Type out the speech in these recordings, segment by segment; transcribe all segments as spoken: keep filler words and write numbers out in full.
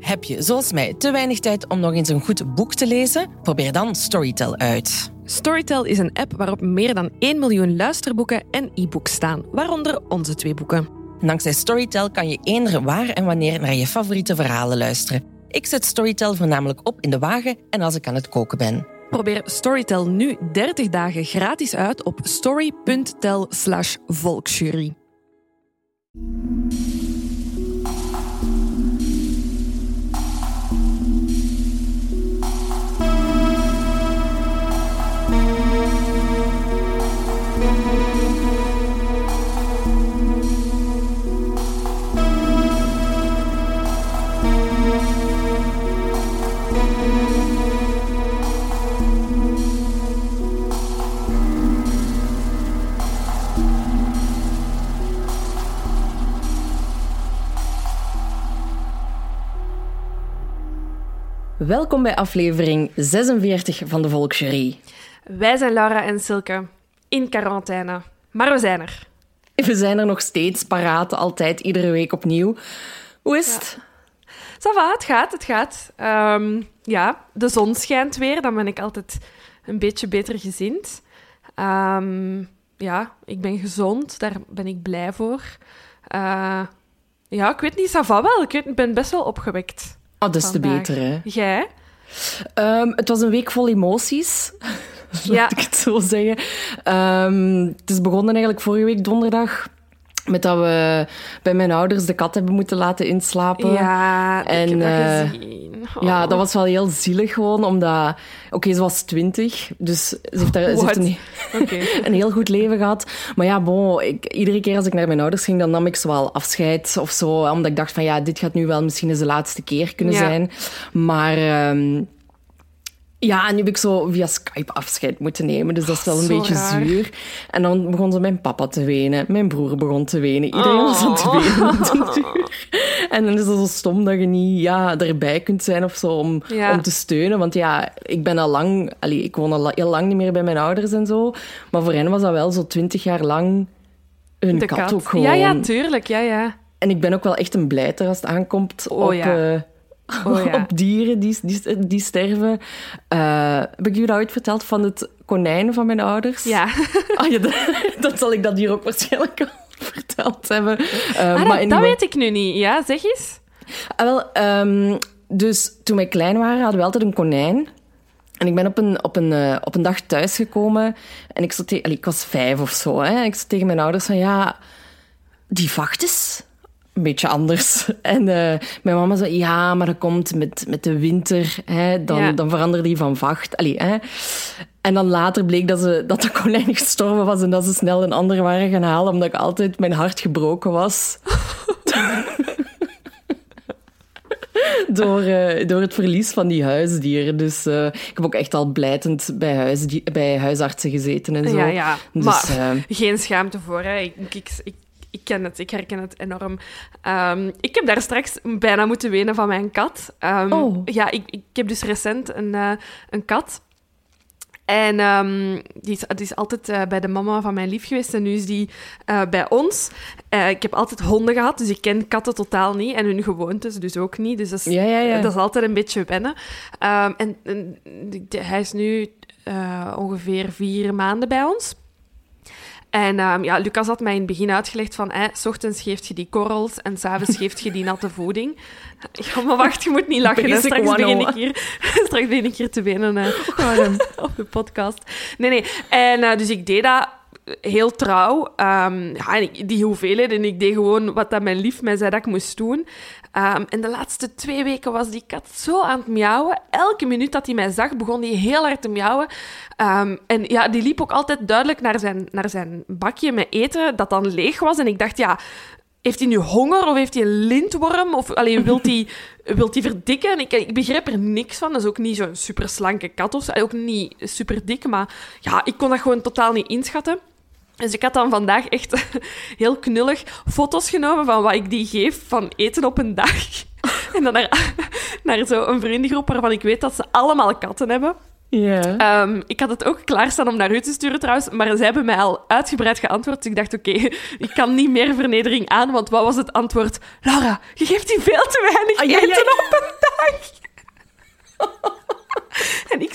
Heb je, zoals mij, te weinig tijd om nog eens een goed boek te lezen? Probeer dan Storytel uit. Storytel is een app waarop meer dan één miljoen luisterboeken en e-books staan, waaronder onze twee boeken. Dankzij Storytel kan je eender waar en wanneer naar je favoriete verhalen luisteren. Ik zet Storytel voornamelijk op in de wagen en als ik aan het koken ben. Probeer Storytel nu dertig dagen gratis uit op story.tel slash volksjury. Welkom bij aflevering zesenveertig van de Volksjury. Wij zijn Laura en Silke, in quarantaine. Maar we zijn er. We zijn er nog steeds, paraat, altijd, iedere week opnieuw. Hoe is het? Ja. Ça va, het gaat, het gaat. Um, ja, de zon schijnt weer, dan ben ik altijd een beetje beter gezind. Um, ja, ik ben gezond, daar ben ik blij voor. Uh, ja, ik weet niet, ça va wel. Ik weet, ben best wel opgewekt. Oh, dat is te beter, hè? Jij? Um, het was een week vol emoties. Laat ja. ik het zo zeggen. Um, het is begonnen eigenlijk vorige week donderdag met dat we bij mijn ouders de kat hebben moeten laten inslapen. Ja, en, ik heb uh, dat gezien. Oh. Ja, dat was wel heel zielig gewoon, omdat... Oké, okay, ze was twintig, dus ze heeft, daar, ze heeft een, okay. een heel goed leven gehad. Maar ja, bon, ik, iedere keer als ik naar mijn ouders ging, dan nam ik zowel afscheid of zo, omdat ik dacht van ja, dit gaat nu wel misschien eens de laatste keer kunnen ja. zijn. Maar... Um, Ja, en nu heb ik zo via Skype afscheid moeten nemen. Dus dat is wel een oh, beetje raar. zuur. En dan begon ze mijn papa te wenen. Mijn broer begon te wenen. Iedereen was aan het wenen op den duur. En dan is het zo stom dat je niet ja, erbij kunt zijn of zo om, ja. om te steunen. Want ja, ik ben al lang... Allee, ik woon al heel lang niet meer bij mijn ouders en zo. Maar voor hen was dat wel zo twintig jaar lang hun kat, kat ook gewoon. Ja, ja, tuurlijk. Ja, ja. En ik ben ook wel echt een blijter als het aankomt oh, op... Ja. Uh, Oh, ja. op dieren die, die, die sterven. Uh, heb ik jullie dat ooit verteld van het konijn van mijn ouders? Ja. Ah, ja dat, dat zal ik dat hier ook waarschijnlijk al verteld hebben. Uh, ah, maar dat dat weet ik nu niet. Ja, zeg eens. Ah, wel, um, dus toen wij klein waren, hadden we altijd een konijn. En ik ben op een, op een, uh, op een dag thuisgekomen en ik, te- allee, ik was vijf of zo. Hè, en ik zei tegen mijn ouders van ja, die vacht is... een beetje anders. En uh, mijn mama zei, ja, maar dat komt met, met de winter. Hè, dan, ja. dan veranderde die van vacht. Allee, hè. En dan later bleek dat, ze, dat de konijn gestorven was en dat ze snel een ander waren gaan halen, omdat ik altijd mijn hart gebroken was. door, uh, door het verlies van die huisdieren. Dus uh, ik heb ook echt al blijtend bij, huisdi- bij huisartsen gezeten en zo. Ja, ja. Dus, maar uh, geen schaamte voor. Hè. Ik, ik, ik, ik ken het, ik herken het enorm. Um, ik heb daar straks bijna moeten wenen van mijn kat. Um, oh. Ja, ik, ik heb dus recent een, uh, een kat. En um, die, is, die is altijd uh, bij de mama van mijn lief geweest en nu is die uh, bij ons. Uh, ik heb altijd honden gehad, dus ik ken katten totaal niet. En hun gewoontes dus ook niet. Dus dat is, ja, ja, ja. dat is altijd een beetje wennen. Um, en, en de, hij is nu uh, ongeveer vier maanden bij ons. En um, ja, Lucas had mij in het begin uitgelegd van... Eh, 's ochtends geeft je die korrels en 's avonds geeft je die natte voeding. Ja, maar wacht, je moet niet lachen. Hè. Straks, begin ik hier, straks begin ik hier te wenen uh, op de podcast. Nee, nee. En uh, dus ik deed dat heel trouw. Um, ja, en ik, die hoeveelheden. En ik deed gewoon wat dat mijn lief mij zei dat ik moest doen. Um, en de laatste twee weken was die kat zo aan het miauwen. Elke minuut dat hij mij zag, begon hij heel hard te miauwen. Um, en ja, die liep ook altijd duidelijk naar zijn, naar zijn bakje met eten, dat dan leeg was. En ik dacht, ja, heeft hij nu honger of heeft hij een lintworm? Of allee, wilt hij, wilt hij verdikken? En ik, ik begreep er niks van. Dat is ook niet zo'n super slanke kat of zo. Ook niet super dik, maar ja, ik kon dat gewoon totaal niet inschatten. Dus ik had dan vandaag echt heel knullig foto's genomen van wat ik die geef van eten op een dag. En dan naar, naar zo'n vriendengroep waarvan ik weet dat ze allemaal katten hebben. Yeah. Um, ik had het ook klaarstaan om naar u te sturen trouwens, maar zij hebben mij al uitgebreid geantwoord. Dus ik dacht, oké, okay, ik kan niet meer vernedering aan, want wat was het antwoord? Laura, je geeft die veel te weinig ah, ja, eten ja. op een dag.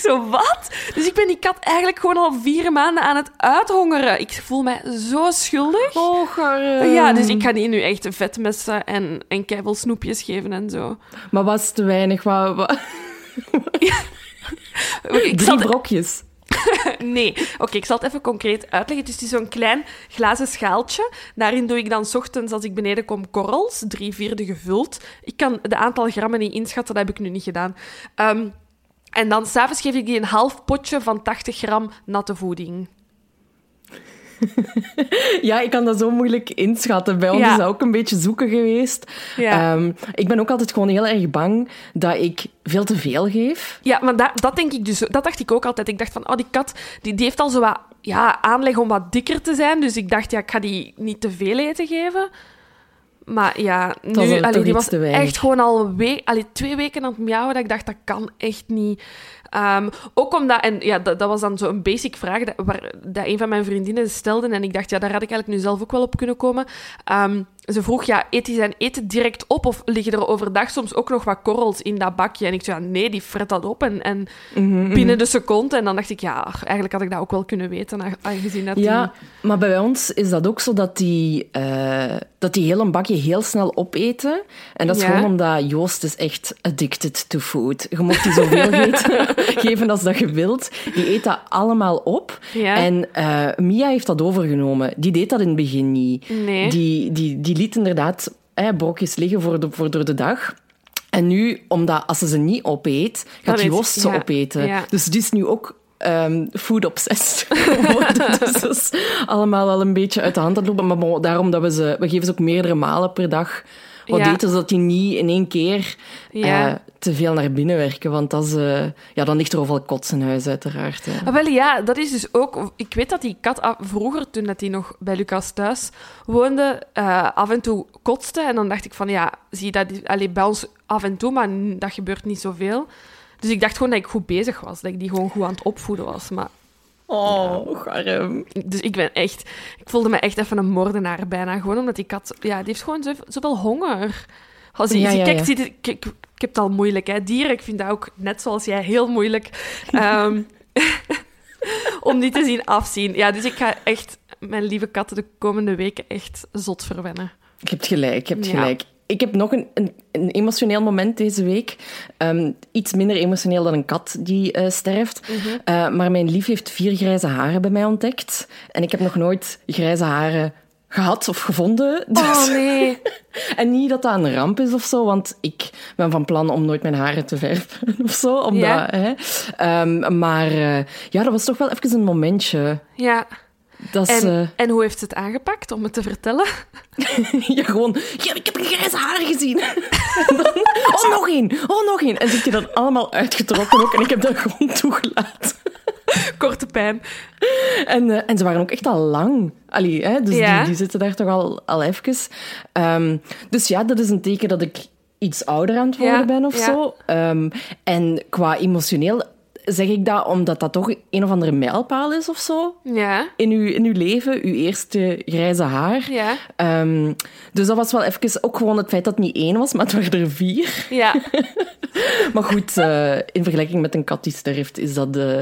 zo, wat? Dus ik ben die kat eigenlijk gewoon al vier maanden aan het uithongeren. Ik voel mij zo schuldig. Oh, garm. Ja, dus ik ga die nu echt vetmessen en, en keiveel snoepjes geven en zo. Maar was te weinig? Wat, wat... Ja. Drie zal brokjes. Nee, oké, okay, ik zal het even concreet uitleggen. Dus het is zo'n klein glazen schaaltje. Daarin doe ik dan 's ochtends, als ik beneden kom, korrels. Drie vierde gevuld. Ik kan de aantal grammen niet inschatten, dat heb ik nu niet gedaan. Um, en dan s'avonds geef ik die een half potje van tachtig gram natte voeding. Ja, ik kan dat zo moeilijk inschatten. Bij ons ja. is dat ook een beetje zoeken geweest. Ja. Um, ik ben ook altijd gewoon heel erg bang dat ik veel te veel geef. Ja, maar dat, dat denk ik dus... Dat dacht ik ook altijd. Ik dacht van, oh, die kat die, die heeft al zo wat ja, aanleg om wat dikker te zijn. Dus ik dacht, ja, ik ga die niet te veel eten geven. Maar ja, nu... Was allee, die was te echt gewoon al we- allee, twee weken aan het miauwen, dat ik dacht, dat kan echt niet... Um, ook omdat, en ja, dat, dat was dan zo'n basic vraag dat, waar, dat een van mijn vriendinnen stelde. En ik dacht, ja, daar had ik eigenlijk nu zelf ook wel op kunnen komen. Um, ze vroeg, ja, eet hij zijn eten direct op? Of liggen er overdag soms ook nog wat korrels in dat bakje? En ik zei, ja, nee, die fret dat op. En, en mm-hmm. binnen de seconde. En dan dacht ik, ja, eigenlijk had ik dat ook wel kunnen weten. Aangezien dat ja, die... maar bij ons is dat ook zo dat die, uh, dat die heel een bakje heel snel opeten. En dat is ja. gewoon omdat Joost is echt addicted to food. Je mocht die zoveel eten. Geven als dat je wilt. Die eet dat allemaal op. Ja. En uh, Mia heeft dat overgenomen. Die deed dat in het begin niet. Nee. Die, die, die liet inderdaad eh, brokjes liggen voor, de, voor door de dag. En nu, omdat als ze ze niet opeet, gaat Joost ze ja. opeten. Ja. Dus die is nu ook um, food obsessed geworden. Dus dat is allemaal wel een beetje uit de hand aan het lopen. Maar bon, daarom dat we ze... We geven ze ook meerdere malen per dag wat ja. eten, zodat die niet in één keer ja. uh, te veel naar binnen werken. Want dat is, uh, ja, dan ligt er overal kots in huis, uiteraard. Hè. Ah, wel, ja, dat is dus ook... Ik weet dat die kat af, vroeger, toen dat die nog bij Lucas thuis woonde, uh, af en toe kotste. En dan dacht ik van, ja, zie je dat... Allee, bij ons af en toe, maar dat gebeurt niet zoveel. Dus ik dacht gewoon dat ik goed bezig was. Dat ik die gewoon goed aan het opvoeden was. Maar... Oh, garm. Dus ik ben echt... Ik voelde me echt even een moordenaar bijna. Gewoon omdat die kat... Ja, die heeft gewoon zoveel, zoveel honger. Als je, ja, ja, kijk, ja. Ziet, ik, ik, ik heb het al moeilijk, hè. Dieren, ik vind dat ook, net zoals jij, heel moeilijk. Um, om die te zien afzien. Ja, dus ik ga echt mijn lieve katten de komende weken echt zot verwennen. Je hebt gelijk, je hebt ja. gelijk. Ik heb nog een, een, een emotioneel moment deze week. Um, iets minder emotioneel dan een kat die uh, sterft. Mm-hmm. Uh, maar mijn lief heeft vier grijze haren bij mij ontdekt. En ik heb nog nooit grijze haren gehad of gevonden. Dus... Oh, nee. En niet dat dat een ramp is of zo, want ik ben van plan om nooit mijn haren te verven of zo. Omdat, ja. hè. Um, maar uh, ja, dat was toch wel even een momentje. Ja. Dat is, en, uh... en hoe heeft ze het aangepakt, om het te vertellen? Ja, gewoon... Ja, ik heb een grijze haren gezien. En dan, oh, nog één. Oh, nog één. En zit je dan allemaal uitgetrokken ook. En ik heb dat gewoon toegelaten. Korte pijn. En, uh, en ze waren ook echt al lang. Allee, hè? Dus ja. die, die zitten daar toch al, al even. Um, dus ja, dat is een teken dat ik iets ouder aan het worden ja. ben of ja. zo. Um, en qua emotioneel... Zeg ik dat omdat dat toch een of andere mijlpaal is of zo? Ja. In uw, in uw leven, uw eerste grijze haar. Ja. Um, dus dat was wel even... Ook gewoon het feit dat het niet één was, maar het waren er vier. Ja. Maar goed, uh, in vergelijking met een kat die sterft, is dat uh,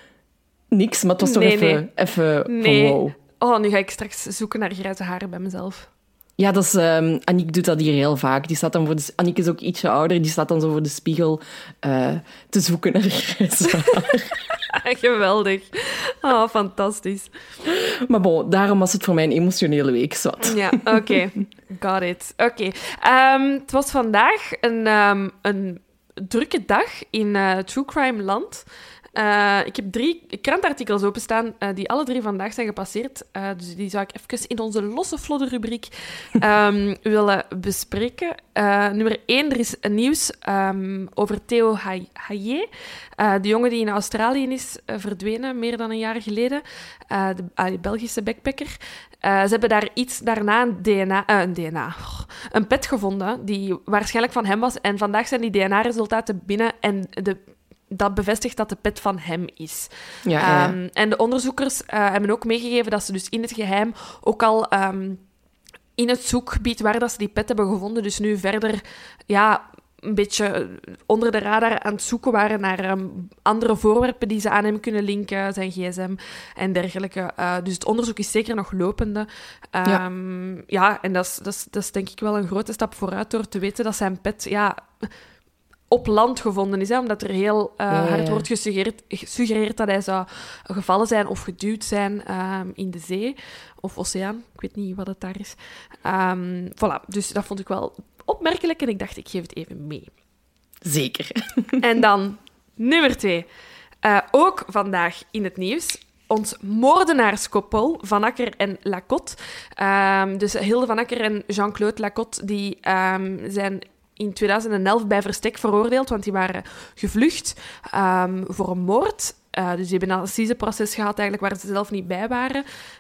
niks. Maar het was toch nee, even, nee. even nee. van wow. Oh, nu ga ik straks zoeken naar grijze haren bij mezelf. Ja, dat is, um, Aniek doet dat hier heel vaak. Die staat dan voor de, Aniek is ook ietsje ouder. Die staat dan zo voor de spiegel uh, te zoeken naar grijze haar. Geweldig. Oh, fantastisch. Maar bon, daarom was het voor mij een emotionele week. Zwat. Ja, oké. Okay. Got it. Oké. Okay. Um, het was vandaag een, um, een drukke dag in uh, True Crime land. Uh, ik heb drie krantartikels openstaan uh, die alle drie vandaag zijn gepasseerd. Uh, dus die zou ik even in onze losse flodderrubriek um, willen bespreken. Uh, nummer één, er is een nieuws um, over Theo Hayé. Uh, de jongen die in Australië is uh, verdwenen, meer dan een jaar geleden. Uh, de uh, Belgische backpacker. Uh, ze hebben daar iets daarna een D N A... Uh, een D N A... Oh, een pet gevonden die waarschijnlijk van hem was. En vandaag zijn die D N A-resultaten binnen en de... Dat bevestigt dat de pet van hem is. Ja, ja, ja. Um, en de onderzoekers uh, hebben ook meegegeven dat ze dus in het geheim ook al um, in het zoekgebied waar dat ze die pet hebben gevonden, dus nu verder ja, een beetje onder de radar aan het zoeken waren naar um, andere voorwerpen die ze aan hem kunnen linken, zijn gsm en dergelijke. Uh, dus het onderzoek is zeker nog lopende. Um, ja. ja, en dat is, dat, is, dat is denk ik wel een grote stap vooruit door te weten dat zijn pet ja, op land gevonden is. Hè, omdat er heel uh, ja, hard ja. wordt gesuggereerd, gesuggereerd dat hij zou gevallen zijn of geduwd zijn um, in de zee of oceaan. Ik weet niet wat het daar is. Um, voilà, dus dat vond ik wel opmerkelijk en ik dacht, ik geef het even mee. Zeker. En dan nummer twee. Uh, ook vandaag in het nieuws. Ons moordenaarskoppel, Van Acker en Lacotte. Um, dus Hilde Van Acker en Jean-Claude Lacotte, die um, zijn in tweeduizend elf bij verstek veroordeeld, want die waren gevlucht um, voor een moord. Uh, dus die hebben een assiseproces gehad, eigenlijk, waar ze zelf niet bij waren.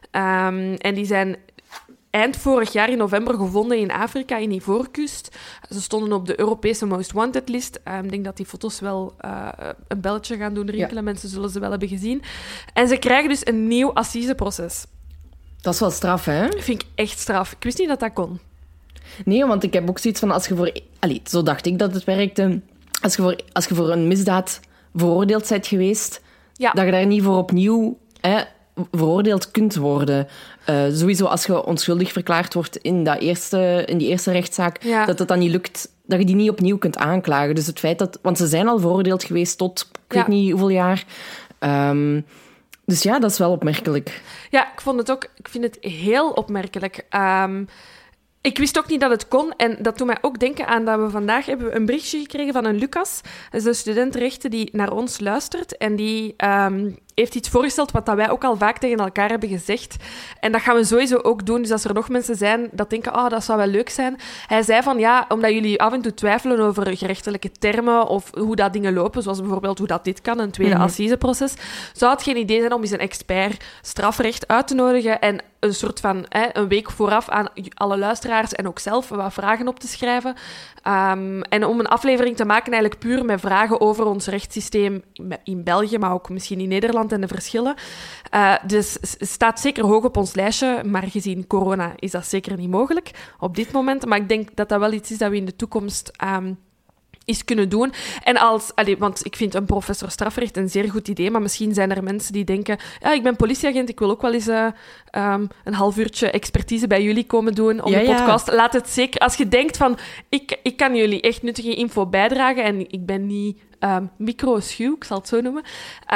Um, en die zijn eind vorig jaar in november gevonden in Afrika, in Ivoorkust. Ze stonden op de Europese Most Wanted list. Uh, ik denk dat die foto's wel uh, een belletje gaan doen rinkelen. Ja. Mensen zullen ze wel hebben gezien. En ze krijgen dus een nieuw assiseproces. Dat is wel straf, hè? Vind ik echt straf. Ik wist niet dat dat kon. Nee, want ik heb ook zoiets van, als je voor... Allee, zo dacht ik dat het werkte. Als je voor, als je voor een misdaad veroordeeld bent geweest, ja. dat je daar niet voor opnieuw hè, veroordeeld kunt worden. Uh, sowieso als je onschuldig verklaard wordt in, dat eerste, in die eerste rechtszaak, ja. dat het dan niet lukt, dat je die niet opnieuw kunt aanklagen. Dus het feit dat... Want ze zijn al veroordeeld geweest tot, ik ja. weet niet hoeveel jaar... Um, dus ja, dat is wel opmerkelijk. Ja, ik vond het ook... Ik vind het heel opmerkelijk. Um, Ik wist ook niet dat het kon. En dat doet mij ook denken aan dat we vandaag hebben een berichtje gekregen van een Lucas. Dat is een student rechten die naar ons luistert. En die um, heeft iets voorgesteld wat dat wij ook al vaak tegen elkaar hebben gezegd. En dat gaan we sowieso ook doen. Dus als er nog mensen zijn dat denken, oh, dat zou wel leuk zijn. Hij zei van, ja, omdat jullie af en toe twijfelen over gerechtelijke termen of hoe dat dingen lopen, zoals bijvoorbeeld hoe dat dit kan, een tweede mm-hmm. assiseproces, zou het geen idee zijn om eens een expert strafrecht uit te nodigen en een soort van hè, een week vooraf aan alle luisteraars en ook zelf wat vragen op te schrijven. Um, en om een aflevering te maken eigenlijk puur met vragen over ons rechtssysteem in België, maar ook misschien in Nederland en de verschillen. Uh, dus het staat zeker hoog op ons lijstje, maar gezien corona is dat zeker niet mogelijk op dit moment. Maar ik denk dat dat wel iets is dat we in de toekomst... Um, is kunnen doen. En als, allez, want ik vind een professor strafrecht een zeer goed idee, maar misschien zijn er mensen die denken, ja, ik ben politieagent, ik wil ook wel eens uh, um, een half uurtje expertise bij jullie komen doen om ja, de podcast. Ja. Laat het zeker, als je denkt van, ik, ik kan jullie echt nuttige info bijdragen en ik ben niet um, micro-schuw, ik zal het zo noemen,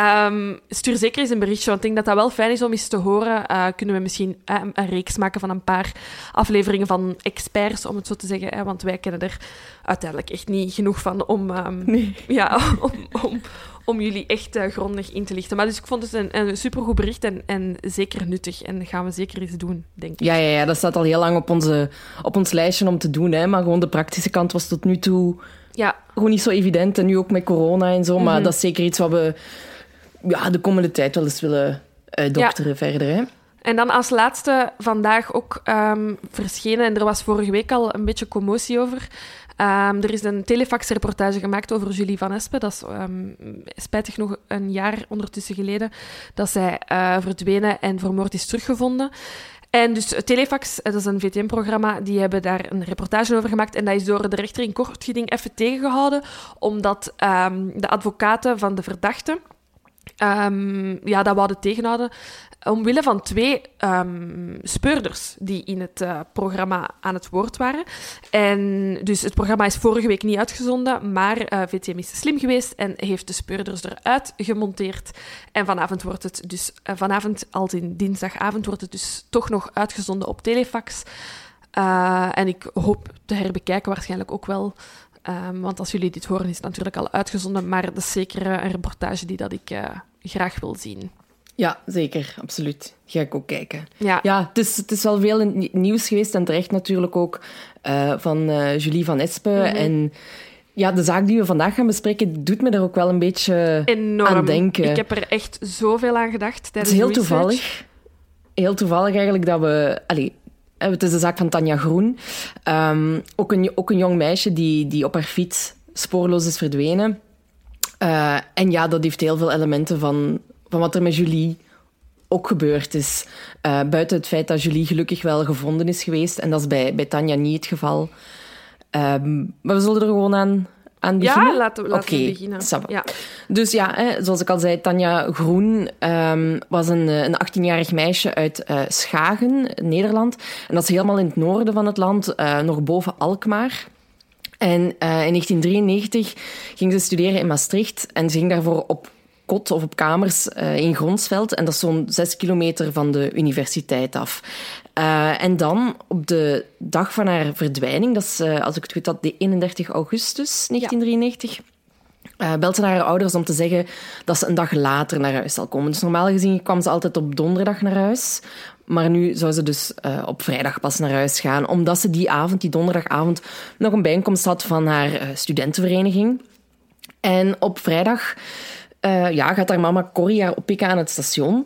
um, stuur zeker eens een berichtje, want ik denk dat dat wel fijn is om eens te horen. Uh, kunnen we misschien uh, een reeks maken van een paar afleveringen van experts, om het zo te zeggen, hè, want wij kennen er uiteindelijk echt niet genoeg van om, um, nee. ja, om, om, om jullie echt uh, grondig in te lichten. Maar dus ik vond het een, een supergoed bericht en, en zeker nuttig. En dat gaan we zeker eens doen, denk ik. Ja, ja, ja, dat staat al heel lang op, onze, op ons lijstje om te doen. Hè. Maar gewoon de praktische kant was tot nu toe ja. gewoon niet zo evident. En nu ook met corona en zo. Mm-hmm. Maar dat is zeker iets wat we ja, de komende tijd wel eens willen uh, dokteren ja. verder. Hè. En dan als laatste vandaag ook um, verschenen, en er was vorige week al een beetje commotie over. Um, er is een telefax-reportage gemaakt over Julie Van Espen. Dat is um, spijtig nog een jaar ondertussen geleden dat zij uh, verdwenen en vermoord is teruggevonden. En dus Telefax, dat is een V T M-programma, die hebben daar een reportage over gemaakt. En dat is door de rechter in kort geding even tegengehouden, omdat um, de advocaten van de verdachte um, ja, dat wouden tegenhouden. Omwille van twee um, speurders die in het uh, programma aan het woord waren. En dus het programma is vorige week niet uitgezonden, maar uh, V T M is slim geweest en heeft de speurders eruit gemonteerd. En vanavond wordt het dus, uh, vanavond als in dinsdagavond, wordt het dus toch nog uitgezonden op Telefax. Uh, en ik hoop te herbekijken waarschijnlijk ook wel. Um, want als jullie dit horen, is het natuurlijk al uitgezonden. Maar dat is zeker uh, een reportage die dat ik uh, graag wil zien. Ja, zeker. Absoluut. Ga ik ook kijken. Ja, ja het, is, het is wel veel nieuws geweest. En terecht natuurlijk ook uh, van uh, Julie Van Espen. Mm-hmm. En ja, de zaak die we vandaag gaan bespreken, doet me daar ook wel een beetje Enorm. aan denken. Ik heb er echt zoveel aan gedacht tijdens Het is heel research. toevallig. Heel toevallig eigenlijk dat we... Allee, het is de zaak van Tanja Groen. Um, ook, een, ook een jong meisje die, die op haar fiets spoorloos is verdwenen. Uh, en ja, dat heeft heel veel elementen van... van wat er met Julie ook gebeurd is. Uh, buiten het feit dat Julie gelukkig wel gevonden is geweest. En dat is bij, bij Tanja niet het geval. Um, maar we zullen er gewoon aan, aan beginnen? Ja, laten we, laten okay, we beginnen. Ja. Dus ja, hè, zoals ik al zei, Tanja Groen um, was een, een achttienjarig meisje uit uh, Schagen, Nederland. En dat is helemaal in het noorden van het land, uh, nog boven Alkmaar. En uh, in negentien drieënnegentig ging ze studeren in Maastricht en ze ging daarvoor op kot of op kamers uh, in Gronsveld. En dat is zo'n zes kilometer van de universiteit af. Uh, en dan, op de dag van haar verdwijning, dat is, uh, als ik het goed had, de eenendertig augustus negentien drieënnegentig... Ja. Uh, belt ze naar haar ouders om te zeggen dat ze een dag later naar huis zal komen. Dus normaal gezien kwam ze altijd op donderdag naar huis. Maar nu zou ze dus uh, op vrijdag pas naar huis gaan, omdat ze die avond, die donderdagavond, nog een bijeenkomst had van haar uh, studentenvereniging. En op vrijdag uh, ja, gaat haar mama Corrie haar oppikken aan het station.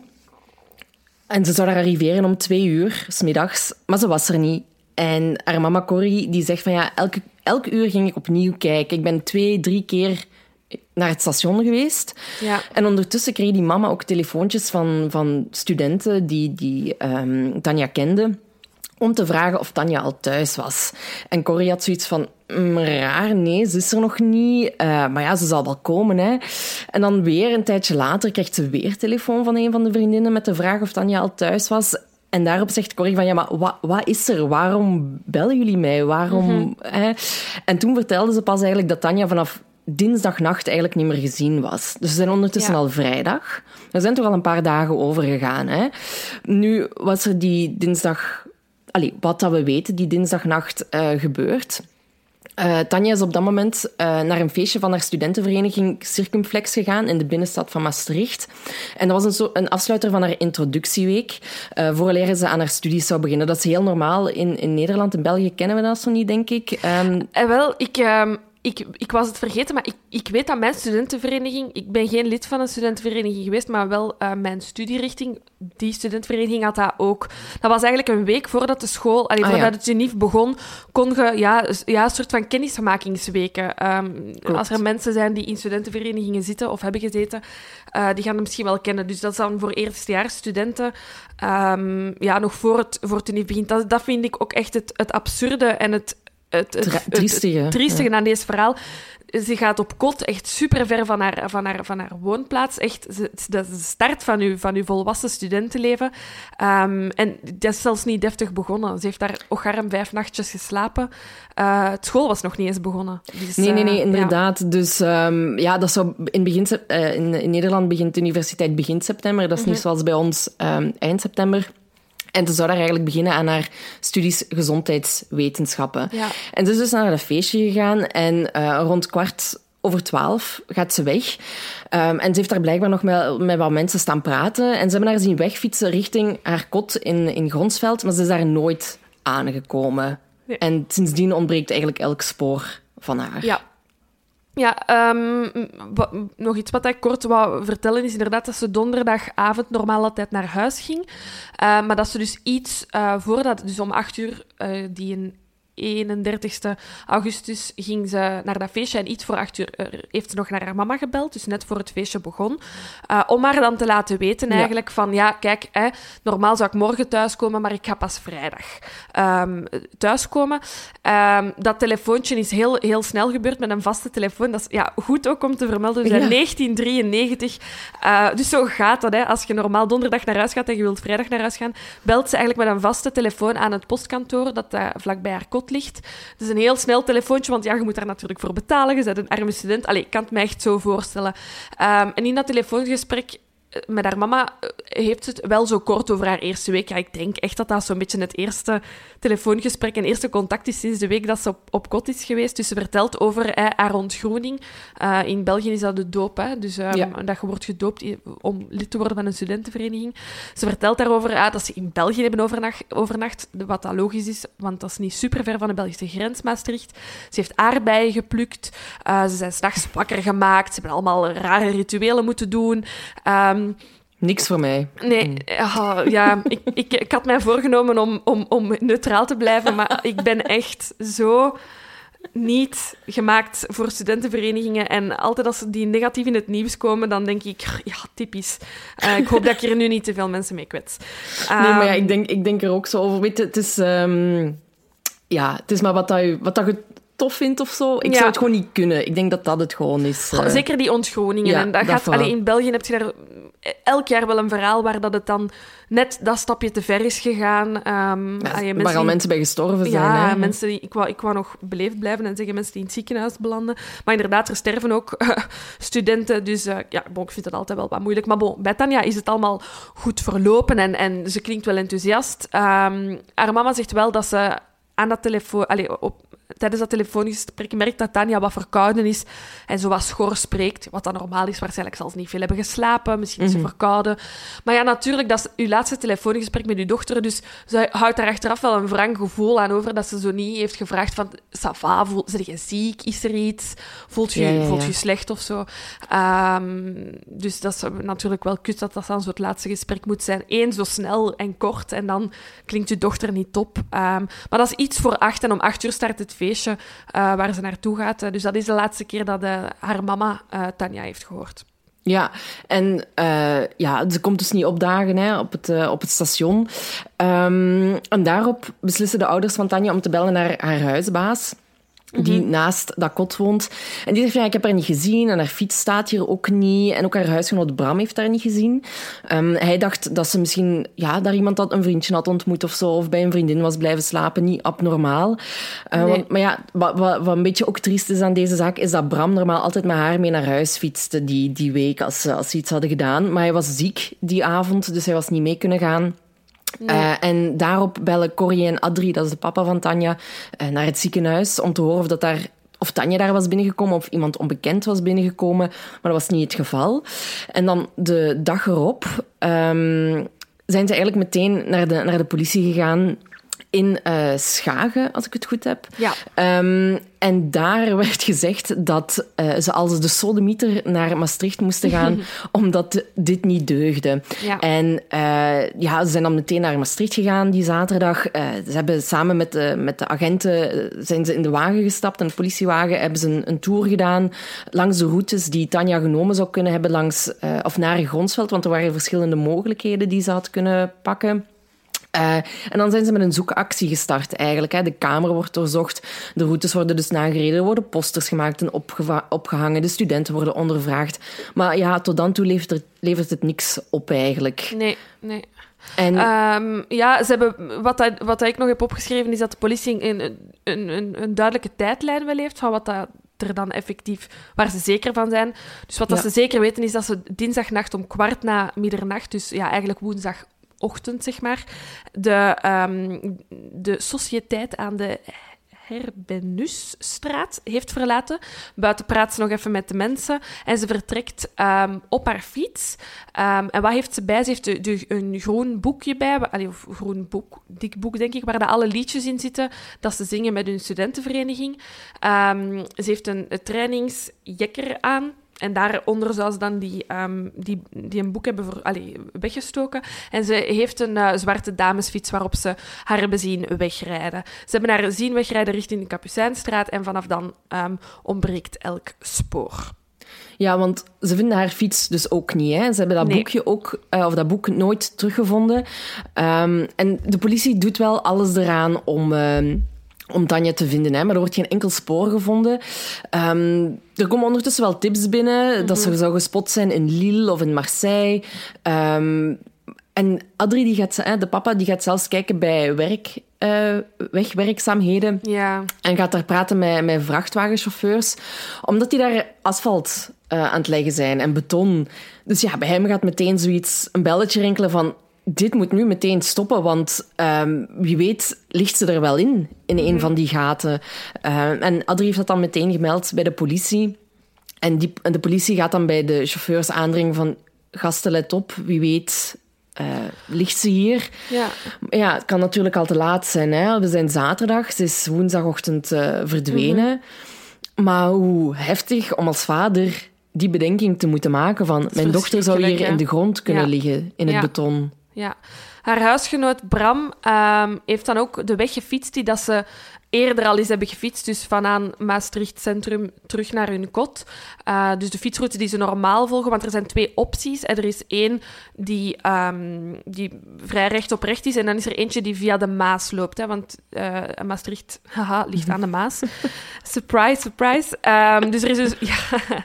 En ze zou daar arriveren om twee uur, 's middags, maar ze was er niet. En haar mama Corrie die zegt van ja, elke, elke uur ging ik opnieuw kijken. Ik ben twee, drie keer naar het station geweest. Ja. En ondertussen kreeg die mama ook telefoontjes van, van studenten die, die um, Tanja kenden, om te vragen of Tanja al thuis was. En Corrie had zoiets van, mm, raar, nee, ze is er nog niet. Uh, maar ja, ze zal wel komen, hè. En dan weer een tijdje later krijgt ze weer telefoon van een van de vriendinnen met de vraag of Tanja al thuis was. En daarop zegt Corrie van, ja, maar wat, wat is er? Waarom bellen jullie mij? Waarom... Mm-hmm. Hè? En toen vertelde ze pas eigenlijk dat Tanja vanaf dinsdagnacht eigenlijk niet meer gezien was. Dus we zijn ondertussen ja. al vrijdag. Er zijn toch al een paar dagen overgegaan. Hè? Nu was er die dinsdag... Allee, wat dat we weten, die dinsdagnacht uh, gebeurd. Uh, Tanja is op dat moment uh, naar een feestje van haar studentenvereniging Circumflex gegaan in de binnenstad van Maastricht. En dat was een, zo, een afsluiter van haar introductieweek, uh, vooraleer ze aan haar studies zou beginnen. Dat is heel normaal in, in Nederland. In België kennen we dat zo niet, denk ik. Um, en wel, ik... Um... Ik, ik was het vergeten, maar ik, ik weet dat mijn studentenvereniging... Ik ben geen lid van een studentenvereniging geweest, maar wel uh, mijn studierichting. Die studentenvereniging had dat ook. Dat was eigenlijk een week voordat de school... Allee, ah, voordat ja. het Genief begon, kon je ja, ja, een soort van kennismakingsweken. Um, als er mensen zijn die in studentenverenigingen zitten of hebben gezeten, uh, die gaan het misschien wel kennen. Dus dat is dan voor eerstejaarsstudenten um, ja, nog voor het, voor het Genief begint. Dat, dat vind ik ook echt het, het absurde en het... Het, het, het, triestige, het triestige ja. aan deze verhaal. Ze gaat op kot, echt super ver van haar, van haar, van haar woonplaats. Echt, dat is de start van uw, van uw volwassen studentenleven. Um, en dat is zelfs niet deftig begonnen. Ze heeft daar ocharm vijf nachtjes geslapen. Uh, het school was nog niet eens begonnen. Dus, nee, nee, nee, uh, inderdaad. Ja. Dus um, ja, dat zou in, begin, uh, in, in Nederland begint de universiteit begin september. Dat is mm-hmm. niet zoals bij ons um, eind september. En ze zou daar eigenlijk beginnen aan haar studies gezondheidswetenschappen. Ja. En ze is dus naar dat feestje gegaan en uh, rond kwart over twaalf gaat ze weg. Um, en ze heeft daar blijkbaar nog met, met wat mensen staan praten. En ze hebben haar zien wegfietsen richting haar kot in, in Gronsveld, maar ze is daar nooit aangekomen. Ja. En sindsdien ontbreekt eigenlijk elk spoor van haar. Ja. Ja, um, wat, nog iets wat ik kort wou vertellen is inderdaad dat ze donderdagavond normaal altijd naar huis ging. Uh, maar dat ze dus iets uh, voordat, dus om acht uur, uh, die een eenendertigste augustus ging ze naar dat feestje en iets voor acht uur uh, heeft ze nog naar haar mama gebeld, dus net voor het feestje begon, uh, om haar dan te laten weten eigenlijk ja. van, ja, kijk, hè, normaal zou ik morgen thuiskomen, maar ik ga pas vrijdag um, thuiskomen. Um, dat telefoontje is heel, heel snel gebeurd met een vaste telefoon. Dat is ja, goed ook om te vermelden. Dus ja. in negentien drieënnegentig. Uh, dus zo gaat dat, hè. Als je normaal donderdag naar huis gaat en je wilt vrijdag naar huis gaan, belt ze eigenlijk met een vaste telefoon aan het postkantoor dat uh, vlakbij haar kot ligt. Het is een heel snel telefoontje, want ja, je moet daar natuurlijk voor betalen. Je bent een arme student. Allee, ik kan het me echt zo voorstellen. Um, en in dat telefoongesprek met haar mama heeft ze het wel zo kort over haar eerste week. Ja, ik denk echt dat dat zo'n beetje het eerste telefoongesprek en eerste contact is sinds de week dat ze op, op kot is geweest. Dus ze vertelt over hè, haar ontgroening. Uh, in België is dat de doop, hè? Dus um, ja. dat je wordt gedoopt om lid te worden van een studentenvereniging. Ze vertelt daarover uh, dat ze in België hebben overnacht, overnacht, wat dat logisch is, want dat is niet super ver van de Belgische grens, Maastricht. Ze heeft aardbeien geplukt. Uh, ze zijn 's nachts wakker gemaakt. Ze hebben allemaal rare rituelen moeten doen. Um, Niks voor mij. Nee, uh, ja, ik, ik, ik had mij voorgenomen om, om, om neutraal te blijven, maar ik ben echt zo niet gemaakt voor studentenverenigingen. En altijd als die negatief in het nieuws komen, dan denk ik, ja, typisch. Uh, ik hoop dat ik hier nu niet te veel mensen mee kwets. Um, nee, maar ja, ik denk, ik denk er ook zo over. Weet je, het is... Um, ja, het is maar wat dat je... Wat dat je tof vind of zo. Ik ja. zou het gewoon niet kunnen. Ik denk dat dat het gewoon is. Uh... Zeker die ontgroeningen. Ja, en dat dat gaat, allee, in België heb je daar elk jaar wel een verhaal waar dat het dan net dat stapje te ver is gegaan. Um, ja, allee, waar al die... mensen bij gestorven zijn. Ja, hè? mensen die... Ik wou, ik wou nog beleefd blijven en zeggen mensen die in het ziekenhuis belanden. Maar inderdaad, er sterven ook uh, studenten. Dus uh, ja, bon, ik vind het altijd wel wat moeilijk. Maar bon, bij Tanja is het allemaal goed verlopen en, en ze klinkt wel enthousiast. Um, haar mama zegt wel dat ze aan dat telefoon... Allee, op, tijdens dat telefonisch gesprek merkt dat Tanja wat verkouden is en zo wat schor spreekt. Wat dan normaal is, waarschijnlijk zal ze niet veel hebben geslapen. Misschien is ze mm-hmm. verkouden. Maar ja, natuurlijk, dat is uw laatste telefoongesprek met uw dochter. Dus ze houdt daar achteraf wel een wrang gevoel aan over dat ze zo niet heeft gevraagd van... Ça va, voel, zit je ziek? Is er iets? Voelt je, ja, ja, ja. voelt je slecht of zo? Um, dus dat is natuurlijk wel kut dat dat dan zo het laatste gesprek moet zijn. Eén, zo snel en kort. En dan klinkt uw dochter niet top. Um, maar dat is iets voor acht. En om acht uur start het feestje uh, waar ze naartoe gaat. Uh, dus dat is de laatste keer dat uh, haar mama uh, Tanja heeft gehoord. Ja, en uh, ja, ze komt dus niet opdagen hè, op, het, uh, op het station. Um, en daarop beslissen de ouders van Tanja om te bellen naar haar huisbaas, die mm-hmm. naast dat kot woont. En die zegt, ja, ik heb haar niet gezien en haar fiets staat hier ook niet. En ook haar huisgenoot Bram heeft haar niet gezien. Um, hij dacht dat ze misschien ja, daar iemand had, een vriendje had ontmoet of zo, of bij een vriendin was blijven slapen. Niet abnormaal. Uh, nee. want, maar ja, wat, wat, wat een beetje ook triest is aan deze zaak, is dat Bram normaal altijd met haar mee naar huis fietste die, die week als, als ze iets hadden gedaan. Maar hij was ziek die avond, dus hij was niet mee kunnen gaan. Nee. Uh, en daarop bellen Corrie en Adrie, dat is de papa van Tanja, uh, naar het ziekenhuis om te horen of, dat daar, of Tanja daar was binnengekomen of iemand onbekend was binnengekomen. Maar dat was niet het geval. En dan de dag erop um, zijn ze eigenlijk meteen naar de, naar de politie gegaan in uh, Schagen, als ik het goed heb. Ja. Um, en daar werd gezegd dat uh, ze als de sodemieter naar Maastricht moesten gaan, omdat dit niet deugde. Ja. En uh, ja, ze zijn dan meteen naar Maastricht gegaan die zaterdag. Uh, ze hebben samen met de, met de agenten uh, zijn ze in de wagen gestapt, in de politiewagen, hebben ze een, een tour gedaan langs de routes die Tanja genomen zou kunnen hebben langs, uh, of naar Gronsveld, want er waren verschillende mogelijkheden die ze had kunnen pakken. Uh, en dan zijn ze met een zoekactie gestart eigenlijk. Hè. De kamer wordt doorzocht, de routes worden dus nagereden, er worden posters gemaakt en opgeva- opgehangen, de studenten worden ondervraagd. Maar ja, tot dan toe levert, er, levert het niks op eigenlijk. Nee, nee. En... Um, ja, ze hebben, wat, dat, wat dat ik nog heb opgeschreven is dat de politie een, een, een, een duidelijke tijdlijn wel heeft van wat dat er dan effectief, waar ze zeker van zijn. Dus wat dat ja. ze zeker weten is dat ze dinsdagnacht om kwart na middernacht, dus ja, eigenlijk woensdag ochtend, zeg maar, de, um, de sociëteit aan de Herbenusstraat heeft verlaten. Buiten praat ze nog even met de mensen en ze vertrekt um, op haar fiets. Um, en wat heeft ze bij? Ze heeft de, de, een groen boekje bij, allee, of groen boek, dik boek denk ik, waar de alle liedjes in zitten dat ze zingen met hun studentenvereniging. Um, ze heeft een, een trainingsjekker aan. En daaronder zou ze dan die, um, die, die een boek hebben voor, allez, weggestoken. En ze heeft een uh, zwarte damesfiets waarop ze haar hebben zien wegrijden. Ze hebben haar zien wegrijden richting de Kapucijnstraat en vanaf dan um, ontbreekt elk spoor. Ja, want ze vinden haar fiets dus ook niet. Hè. Ze hebben dat nee. boekje ook, uh, of dat boek nooit teruggevonden. Um, en de politie doet wel alles eraan om... Uh, om Tanja te vinden, hè. Maar er wordt geen enkel spoor gevonden. Um, er komen ondertussen wel tips binnen mm-hmm. dat ze zou gespot zijn in Lille of in Marseille. Um, en Adrie, die gaat, hè, de papa, die gaat zelfs kijken bij werk, uh, wegwerkzaamheden. Ja. En gaat daar praten met, met vrachtwagenchauffeurs. Omdat die daar asfalt uh, aan het leggen zijn en beton. Dus ja, bij hem gaat meteen zoiets, een belletje rinkelen van... Dit moet nu meteen stoppen, want um, wie weet ligt ze er wel in, in een mm-hmm. van die gaten. Uh, en Adrie heeft dat dan meteen gemeld bij de politie. En, die, en de politie gaat dan bij de chauffeurs aandringen van... Gasten, let op, wie weet uh, ligt ze hier. Ja. Ja, het kan natuurlijk al te laat zijn. Hè? We zijn zaterdag, ze is woensdagochtend uh, verdwenen. Mm-hmm. Maar hoe heftig om als vader die bedenking te moeten maken van... Mijn dochter zou hier hè? in de grond kunnen ja. liggen, in het ja. beton. Ja, haar huisgenoot Bram um, heeft dan ook de weg gefietst die dat ze eerder al eens hebben gefietst, dus vanaan Maastricht Centrum terug naar hun kot. Uh, dus de fietsroute die ze normaal volgen, want er zijn twee opties. En er is één die, um, die vrij recht op recht is en dan is er eentje die via de Maas loopt. Hè, want uh, Maastricht haha, ligt aan de Maas. Surprise, surprise. Um, dus er is dus... Ja,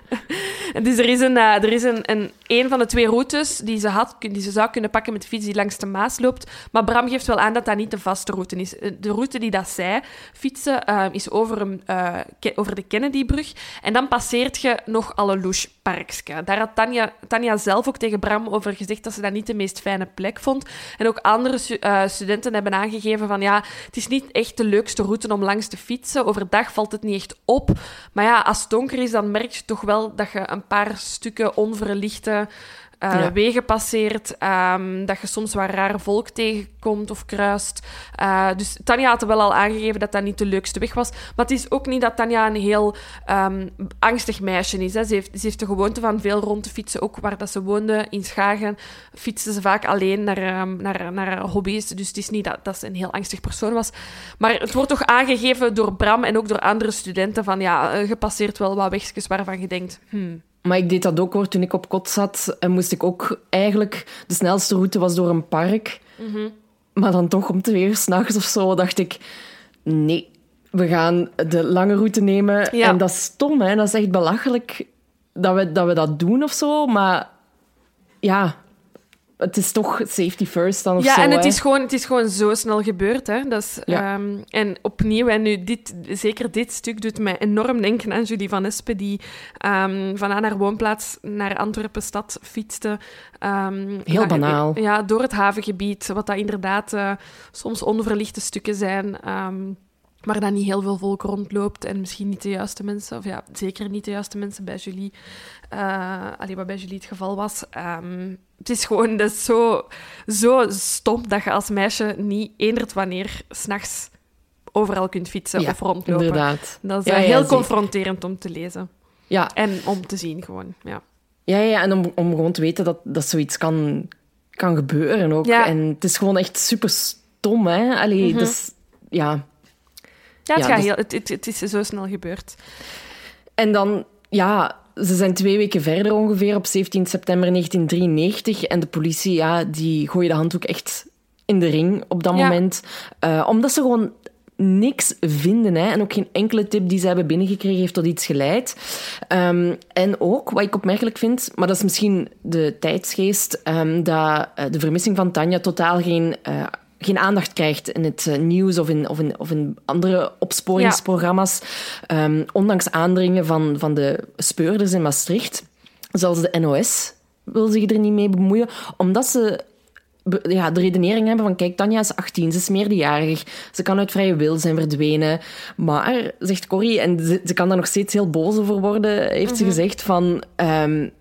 dus er is, een, uh, er is een, een, een van de twee routes die ze, had, die ze zou kunnen pakken met de fiets die langs de Maas loopt. Maar Bram geeft wel aan dat dat niet de vaste route is. De route die dat zij fietsen uh, is over, een, uh, ke- over de Kennedybrug. En dan passeert je nog Alleloes-parkske. Daar had Tanja, Tanja zelf ook tegen Bram over gezegd dat ze dat niet de meest fijne plek vond. En ook andere stu- uh, studenten hebben aangegeven van ja, het is niet echt de leukste route om langs te fietsen. Overdag valt het niet echt op. Maar ja, als het donker is, dan merk je toch wel dat je een paar stukken onverlichte uh, ja. wegen passeert. Um, dat je soms wat raar volk tegenkomt of kruist. Uh, dus Tanja had er wel al aangegeven dat dat niet de leukste weg was. Maar het is ook niet dat Tanja een heel um, angstig meisje is. Hè. Ze, heeft, ze heeft de gewoonte van veel rond te fietsen. Ook waar dat ze woonde, in Schagen, fietste ze vaak alleen naar, um, naar, naar haar hobby's. Dus het is niet dat, dat ze een heel angstig persoon was. Maar het wordt toch aangegeven door Bram en ook door andere studenten van ja, je passeert wel wat wegjes waarvan je denkt... Hmm. Maar ik deed dat ook hoor. Toen ik op kot zat, en moest ik ook eigenlijk... De snelste route was door een park. Mm-hmm. Maar dan toch om twee uur s'nachts of zo dacht ik... Nee, we gaan de lange route nemen. Ja. En dat is stom, hè. Dat is echt belachelijk dat we, dat we dat doen of zo. Maar ja... Het is toch safety first dan of ja, zo. Ja, en het hè. is, gewoon, het is gewoon zo snel gebeurd. Hè. Dat is, ja. um, en opnieuw, en nu dit, zeker dit stuk doet mij enorm denken aan Julie van Espen, die um, vanaf haar woonplaats naar Antwerpen-stad fietste. Um, Heel ja, banaal. Ja, door het havengebied, wat dat inderdaad uh, soms onverlichte stukken zijn... Um, waar dan niet heel veel volk rondloopt en misschien niet de juiste mensen, of ja, zeker niet de juiste mensen bij Julie, uh, allee, wat bij Julie het geval was. Um, het is gewoon dat is zo, zo stom dat je als meisje niet eenderd wanneer 's nachts overal kunt fietsen ja, of rondlopen. Inderdaad. Dat is ja, uh, ja, heel zeker. confronterend om te lezen. Ja. En om te zien gewoon, ja. Ja, ja en om, om gewoon te weten dat, dat zoiets kan, kan gebeuren ook. Ja. En het is gewoon echt super stom, hè. Allee, Mm-hmm. dus, ja... Ja, het, ja, gaat dus... heel, het, het, het is zo snel gebeurd. En dan, ja, ze zijn twee weken verder ongeveer, op zeventien september negentien drieënnegentig. En de politie, ja, die gooien de handdoek echt in de ring op dat ja. moment. Uh, omdat ze gewoon niks vinden. Hè. En ook geen enkele tip die ze hebben binnengekregen heeft tot iets geleid. Um, en ook, wat ik opmerkelijk vind, maar dat is misschien de tijdsgeest, um, dat uh, de vermissing van Tanja totaal geen... Uh, geen aandacht krijgt in het uh, nieuws of in, of, in, of in andere opsporingsprogramma's. Ja. Um, ondanks aandringen van, van de speurders in Maastricht. Zelfs de N O S wil zich er niet mee bemoeien. Omdat ze be, ja, de redenering hebben van... Kijk, Tanja is achttien, ze is meerderjarig. Ze kan uit vrije wil zijn verdwenen. Maar, zegt Corrie, en ze, ze kan daar nog steeds heel boos over worden... heeft mm-hmm. ze gezegd van... Um,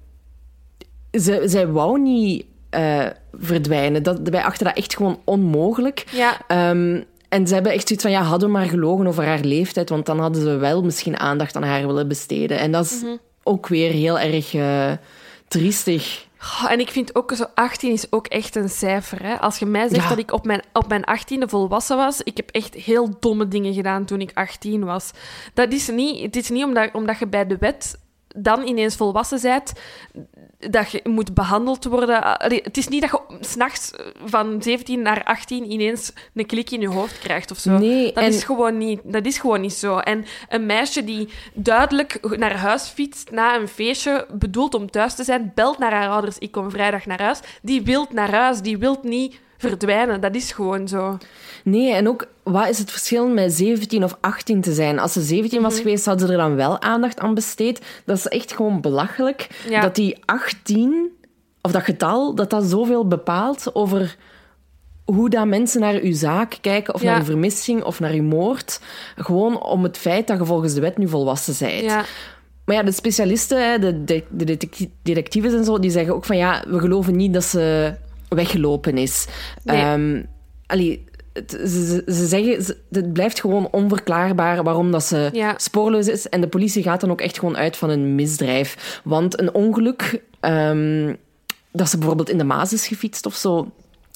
ze, zij wou niet... Uh, verdwijnen. Dat, wij achten dat echt gewoon onmogelijk. Ja. Um, en ze hebben echt zoiets van, ja, hadden we maar gelogen over haar leeftijd, want dan hadden ze wel misschien aandacht aan haar willen besteden. En dat is mm-hmm. ook weer heel erg uh, triestig. Oh, en ik vind ook zo, achttien is ook echt een cijfer. Hè? Als je mij zegt ja. dat ik op mijn, op mijn achttiende volwassen was, ik heb echt heel domme dingen gedaan toen ik achttien was. Dat is niet, het is niet omdat, omdat je bij de wet dan ineens volwassen bent, dat je moet behandeld worden. Allee, het is niet dat je 's nachts van zeventien naar achttien ineens een klik in je hoofd krijgt of zo. Nee, dat, en... is gewoon niet, dat is gewoon niet zo. En een meisje die duidelijk naar huis fietst na een feestje, bedoeld om thuis te zijn, belt naar haar ouders, ik kom vrijdag naar huis. Die wil naar huis, die wil niet verdwijnen. Dat is gewoon zo. Nee, en ook, wat is het verschil met zeventien of achttien te zijn? Als ze zeventien was mm-hmm. geweest, hadden ze er dan wel aandacht aan besteed. Dat is echt gewoon belachelijk. Ja. Dat die achttien, of dat getal, dat dat zoveel bepaalt over hoe dat mensen naar uw zaak kijken, of ja. naar uw vermissing, of naar uw moord. Gewoon om het feit dat je volgens de wet nu volwassen bent. Ja. Maar ja, de specialisten, de, de, de detectives en zo, die zeggen ook van ja, we geloven niet dat ze weggelopen is. Nee. Um, allee, het, ze, ze zeggen, ze, het blijft gewoon onverklaarbaar waarom dat ze ja. spoorloos is. En de politie gaat dan ook echt gewoon uit van een misdrijf. Want een ongeluk, um, dat ze bijvoorbeeld in de Maas is gefietst of zo,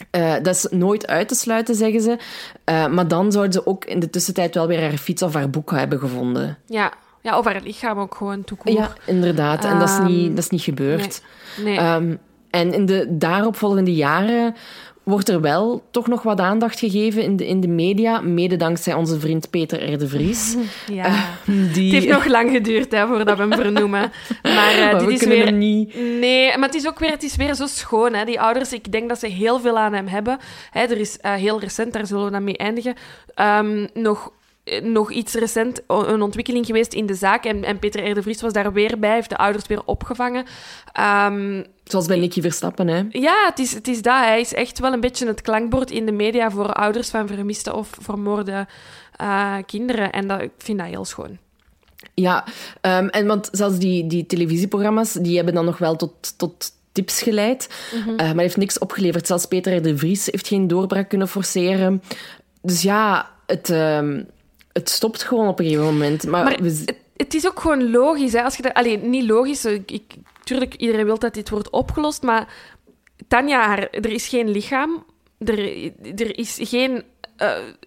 Uh, dat is nooit uit te sluiten, zeggen ze. Uh, maar dan zouden ze ook in de tussentijd wel weer haar fiets of haar boek hebben gevonden. Ja, ja of haar lichaam ook gewoon toekomen. Ja, inderdaad. Um, en dat is niet, dat is niet gebeurd. Nee. nee. Um, en in de daaropvolgende jaren wordt er wel toch nog wat aandacht gegeven in de, in de media, mede dankzij onze vriend Peter R. de Vries. Ja, uh, die... het heeft nog lang geduurd hè, voordat we hem vernoemen. Maar, uh, maar dit we is kunnen weer... hem niet... Nee, maar het is ook weer, het is weer zo schoon. Hè. Die ouders, ik denk dat ze heel veel aan hem hebben. Hè, er is uh, heel recent, daar zullen we dan mee eindigen, um, nog... nog iets recent een ontwikkeling geweest in de zaak. En, en Peter R. de Vries was daar weer bij, heeft de ouders weer opgevangen. Um, Zoals bij Nicky Verstappen, hè? Ja, het is, het is dat. Hij is echt wel een beetje het klankbord in de media voor ouders van vermiste of vermoorde uh, kinderen. En dat, ik vind dat heel schoon. Ja, um, en want zelfs die, die televisieprogramma's, die hebben dan nog wel tot... tot tips geleid, mm-hmm. uh, maar heeft niks opgeleverd. Zelfs Peter R. de Vries heeft geen doorbraak kunnen forceren. Dus ja, het... Um, Het stopt gewoon op een gegeven moment. Maar, maar we... het, het is ook gewoon logisch. Hè? Als je dat... Allee, niet logisch. Ik, tuurlijk, iedereen wil dat dit wordt opgelost. Maar Tanja, haar, er is geen lichaam. Er, er is geen uh,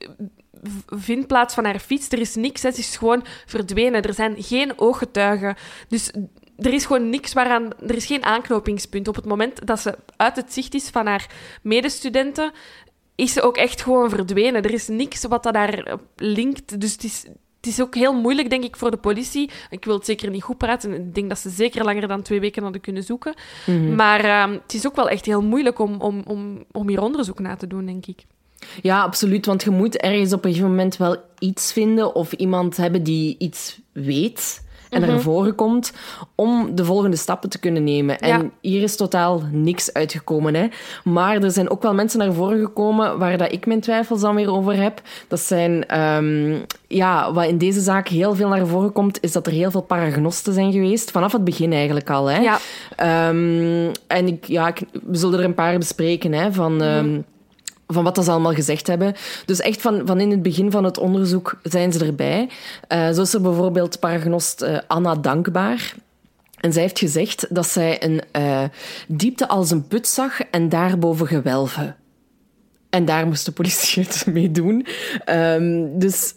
vindplaats van haar fiets. Er is niks. Hè? Ze is gewoon verdwenen. Er zijn geen ooggetuigen. Dus er is gewoon niks waaraan... Er is geen aanknopingspunt. Op het moment dat ze uit het zicht is van haar medestudenten... is ze ook echt gewoon verdwenen. Er is niks wat dat daar linkt. Dus het is, het is ook heel moeilijk, denk ik, voor de politie. Ik wil het zeker niet goed praten. Ik denk dat ze zeker langer dan twee weken hadden kunnen zoeken. Mm-hmm. Maar uh, het is ook wel echt heel moeilijk om, om, om, om hier onderzoek naar te doen, denk ik. Ja, absoluut. Want je moet ergens op een gegeven moment wel iets vinden of iemand hebben die iets weet... en mm-hmm. naar voren komt om de volgende stappen te kunnen nemen. En ja. hier is totaal niks uitgekomen. Hè. Maar er zijn ook wel mensen naar voren gekomen waar dat ik mijn twijfels dan weer over heb. Dat zijn... Um, ja, wat in deze zaak heel veel naar voren komt, is dat er heel veel paragnosten zijn geweest. Vanaf het begin eigenlijk al. Hè. Ja. Um, en ik, ja, ik, we zullen er een paar bespreken, hè, van... Um, mm-hmm. van wat ze allemaal gezegd hebben. Dus echt van, van in het begin van het onderzoek zijn ze erbij. Uh, zo is er bijvoorbeeld paragnost uh, Anna Dankbaar. En zij heeft gezegd dat zij een uh, diepte als een put zag en daarboven gewelven. En daar moest de politie het mee doen. Um, dus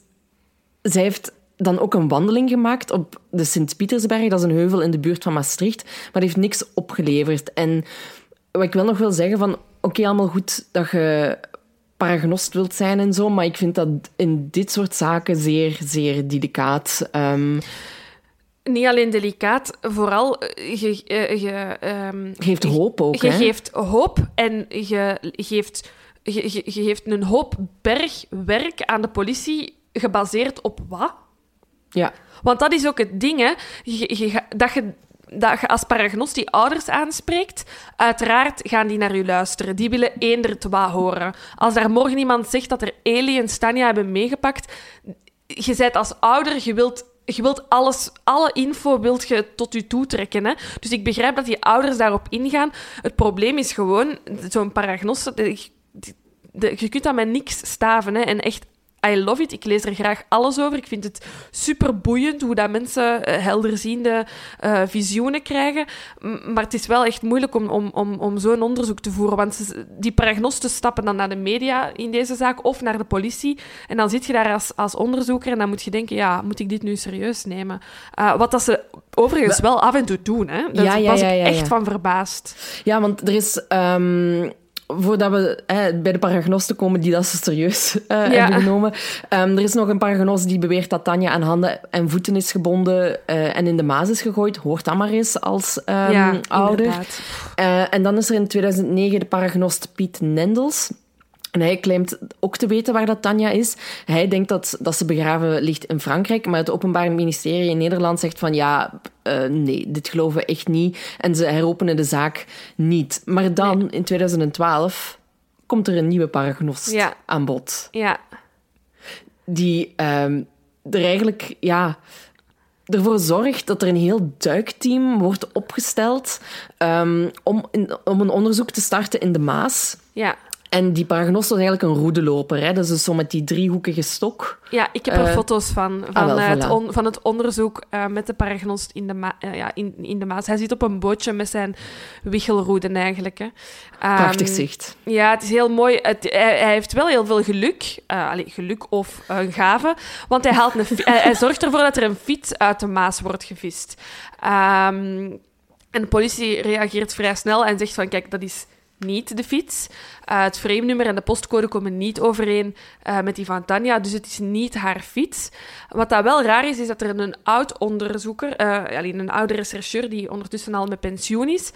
zij heeft dan ook een wandeling gemaakt op de Sint-Pietersberg. Dat is een heuvel in de buurt van Maastricht. Maar die heeft niks opgeleverd. En wat ik wel nog wil zeggen van... Oké, okay, allemaal goed dat je paragnost wilt zijn en zo, maar ik vind dat in dit soort zaken zeer, zeer delicaat. Um... Niet alleen delicaat, vooral je, je, um, geeft hoop ook. Je hè? geeft hoop en je geeft, je, je, je geeft een hoop bergwerk aan de politie gebaseerd op wat? Ja. Want dat is ook het ding, hè. Je, je, dat je... dat je als paragnost die ouders aanspreekt, uiteraard gaan die naar je luisteren. Die willen eender te wat horen. Als daar morgen iemand zegt dat er aliens Tanja hebben meegepakt, je bent als ouder, je wilt, je wilt alles, alle info wilt je tot je toe trekken. Hè? Dus ik begrijp dat die ouders daarop ingaan. Het probleem is gewoon, zo'n paragnost, je kunt dat met niks staven. Hè? En echt, I love it. Ik lees er graag alles over. Ik vind het super boeiend hoe dat mensen uh, helderziende uh, visioenen krijgen. M- maar het is wel echt moeilijk om, om, om, om zo'n onderzoek te voeren. Want ze, die paragnosten stappen dan naar de media in deze zaak of naar de politie. En dan zit je daar als, als onderzoeker en dan moet je denken, ja, moet ik dit nu serieus nemen? Uh, wat dat ze overigens wel af en toe doen. Hè? Daar ja, ja, was ja, ik ja, echt ja. van verbaasd. Ja, want er is... Um... Voordat we hè, bij de paragnosten komen die dat ze serieus uh, ja. hebben genomen. Um, er is nog een paragnost die beweert dat Tanja aan handen en voeten is gebonden uh, en in de Maas is gegooid. Hoort dat maar eens als um, ja, ouder. Uh, en dan is er in tweeduizend negen de paragnost Piet Nendels. En hij claimt ook te weten waar dat Tanja is. Hij denkt dat, dat ze begraven ligt in Frankrijk, maar het Openbaar Ministerie in Nederland zegt van ja, uh, nee, dit geloven we echt niet. En ze heropenen de zaak niet. Maar dan, nee. in tweeduizend twaalf, komt er een nieuwe paragnost ja. aan bod. Ja. Die um, er eigenlijk, ja... ervoor zorgt dat er een heel duikteam wordt opgesteld um, om, in, om een onderzoek te starten in de Maas. Ja. En die paragnost was eigenlijk een roedeloper. Hè? Dat is dus zo met die driehoekige stok. Ja, ik heb er uh, foto's van. Van, ah, wel, uh, voilà. het on, van het onderzoek uh, met de paragnost in de, ma- uh, ja, in, in de Maas. Hij zit op een bootje met zijn wichelroeden eigenlijk. Hè. Um, Prachtig zicht. Ja, het is heel mooi. Het, hij, hij heeft wel heel veel geluk. Uh, allez, geluk of een uh, gave. Want hij, haalt een fi- hij, hij zorgt ervoor dat er een fiets uit de Maas wordt gevist. Um, en de politie reageert vrij snel en zegt van... Kijk, dat is... niet de fiets. Uh, het frame-nummer en de postcode komen niet overeen uh, met die van Tanja, dus het is niet haar fiets. Wat dat wel raar is, is dat er een oud onderzoeker, uh, alleen een oude rechercheur die ondertussen al met pensioen is,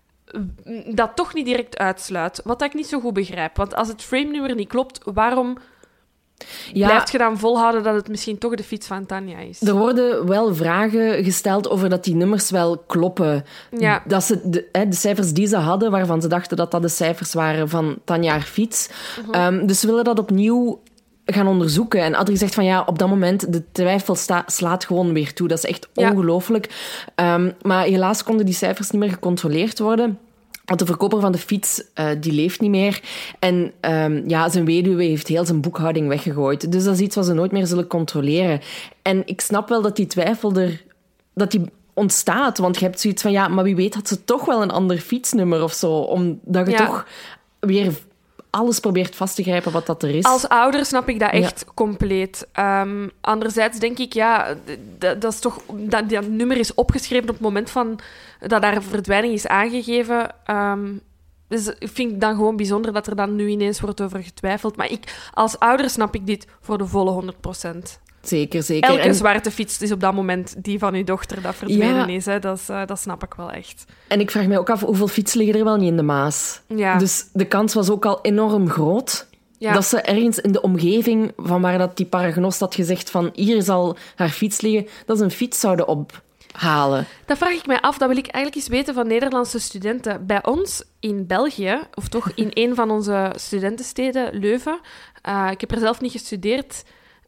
dat toch niet direct uitsluit. Wat ik niet zo goed begrijp. Want als het frame-nummer niet klopt, waarom... Ja, blijft je dan volhouden dat het misschien toch de fiets van Tanja is? Er worden wel vragen gesteld over dat die nummers wel kloppen. Ja. Dat ze de, hè, de cijfers die ze hadden, waarvan ze dachten dat dat de cijfers waren van Tanja haar fiets. Uh-huh. Um, dus ze willen dat opnieuw gaan onderzoeken. En Adrie zegt van ja, op dat moment, de twijfel sta, slaat gewoon weer toe. Dat is echt ja. ongelooflijk. Um, maar helaas konden die cijfers niet meer gecontroleerd worden. Want de verkoper van de fiets, uh, die leeft niet meer. En um, ja, zijn weduwe heeft heel zijn boekhouding weggegooid. Dus dat is iets wat ze nooit meer zullen controleren. En ik snap wel dat die twijfel er... dat die ontstaat. Want je hebt zoiets van, ja, maar wie weet had ze toch wel een ander fietsnummer of zo. Omdat je ja. toch weer alles probeert vast te grijpen wat dat er is. Als ouder snap ik dat echt ja. compleet. Um, anderzijds denk ik, ja, dat, dat is toch... Dat, dat nummer is opgeschreven op het moment van... dat haar verdwijning is aangegeven. Um, dus ik vind het dan gewoon bijzonder dat er dan nu ineens wordt over getwijfeld. Maar ik, als ouder snap ik dit voor de volle honderd procent. Zeker, zeker. Elke en... zwarte fiets is op dat moment die van uw dochter dat verdwenen ja. is. Hè. Dat, is uh, dat snap ik wel echt. En ik vraag mij ook af, hoeveel fietsen liggen er wel niet in de Maas? Ja. Dus de kans was ook al enorm groot... Ja. Dat ze ergens in de omgeving van waar dat die paragnost had gezegd van hier zal haar fiets liggen, dat ze een fiets zouden ophalen. Dat vraag ik mij af. Dat wil ik eigenlijk eens weten van Nederlandse studenten. Bij ons in België, of toch in een van onze studentensteden, Leuven. Uh, ik heb er zelf niet gestudeerd...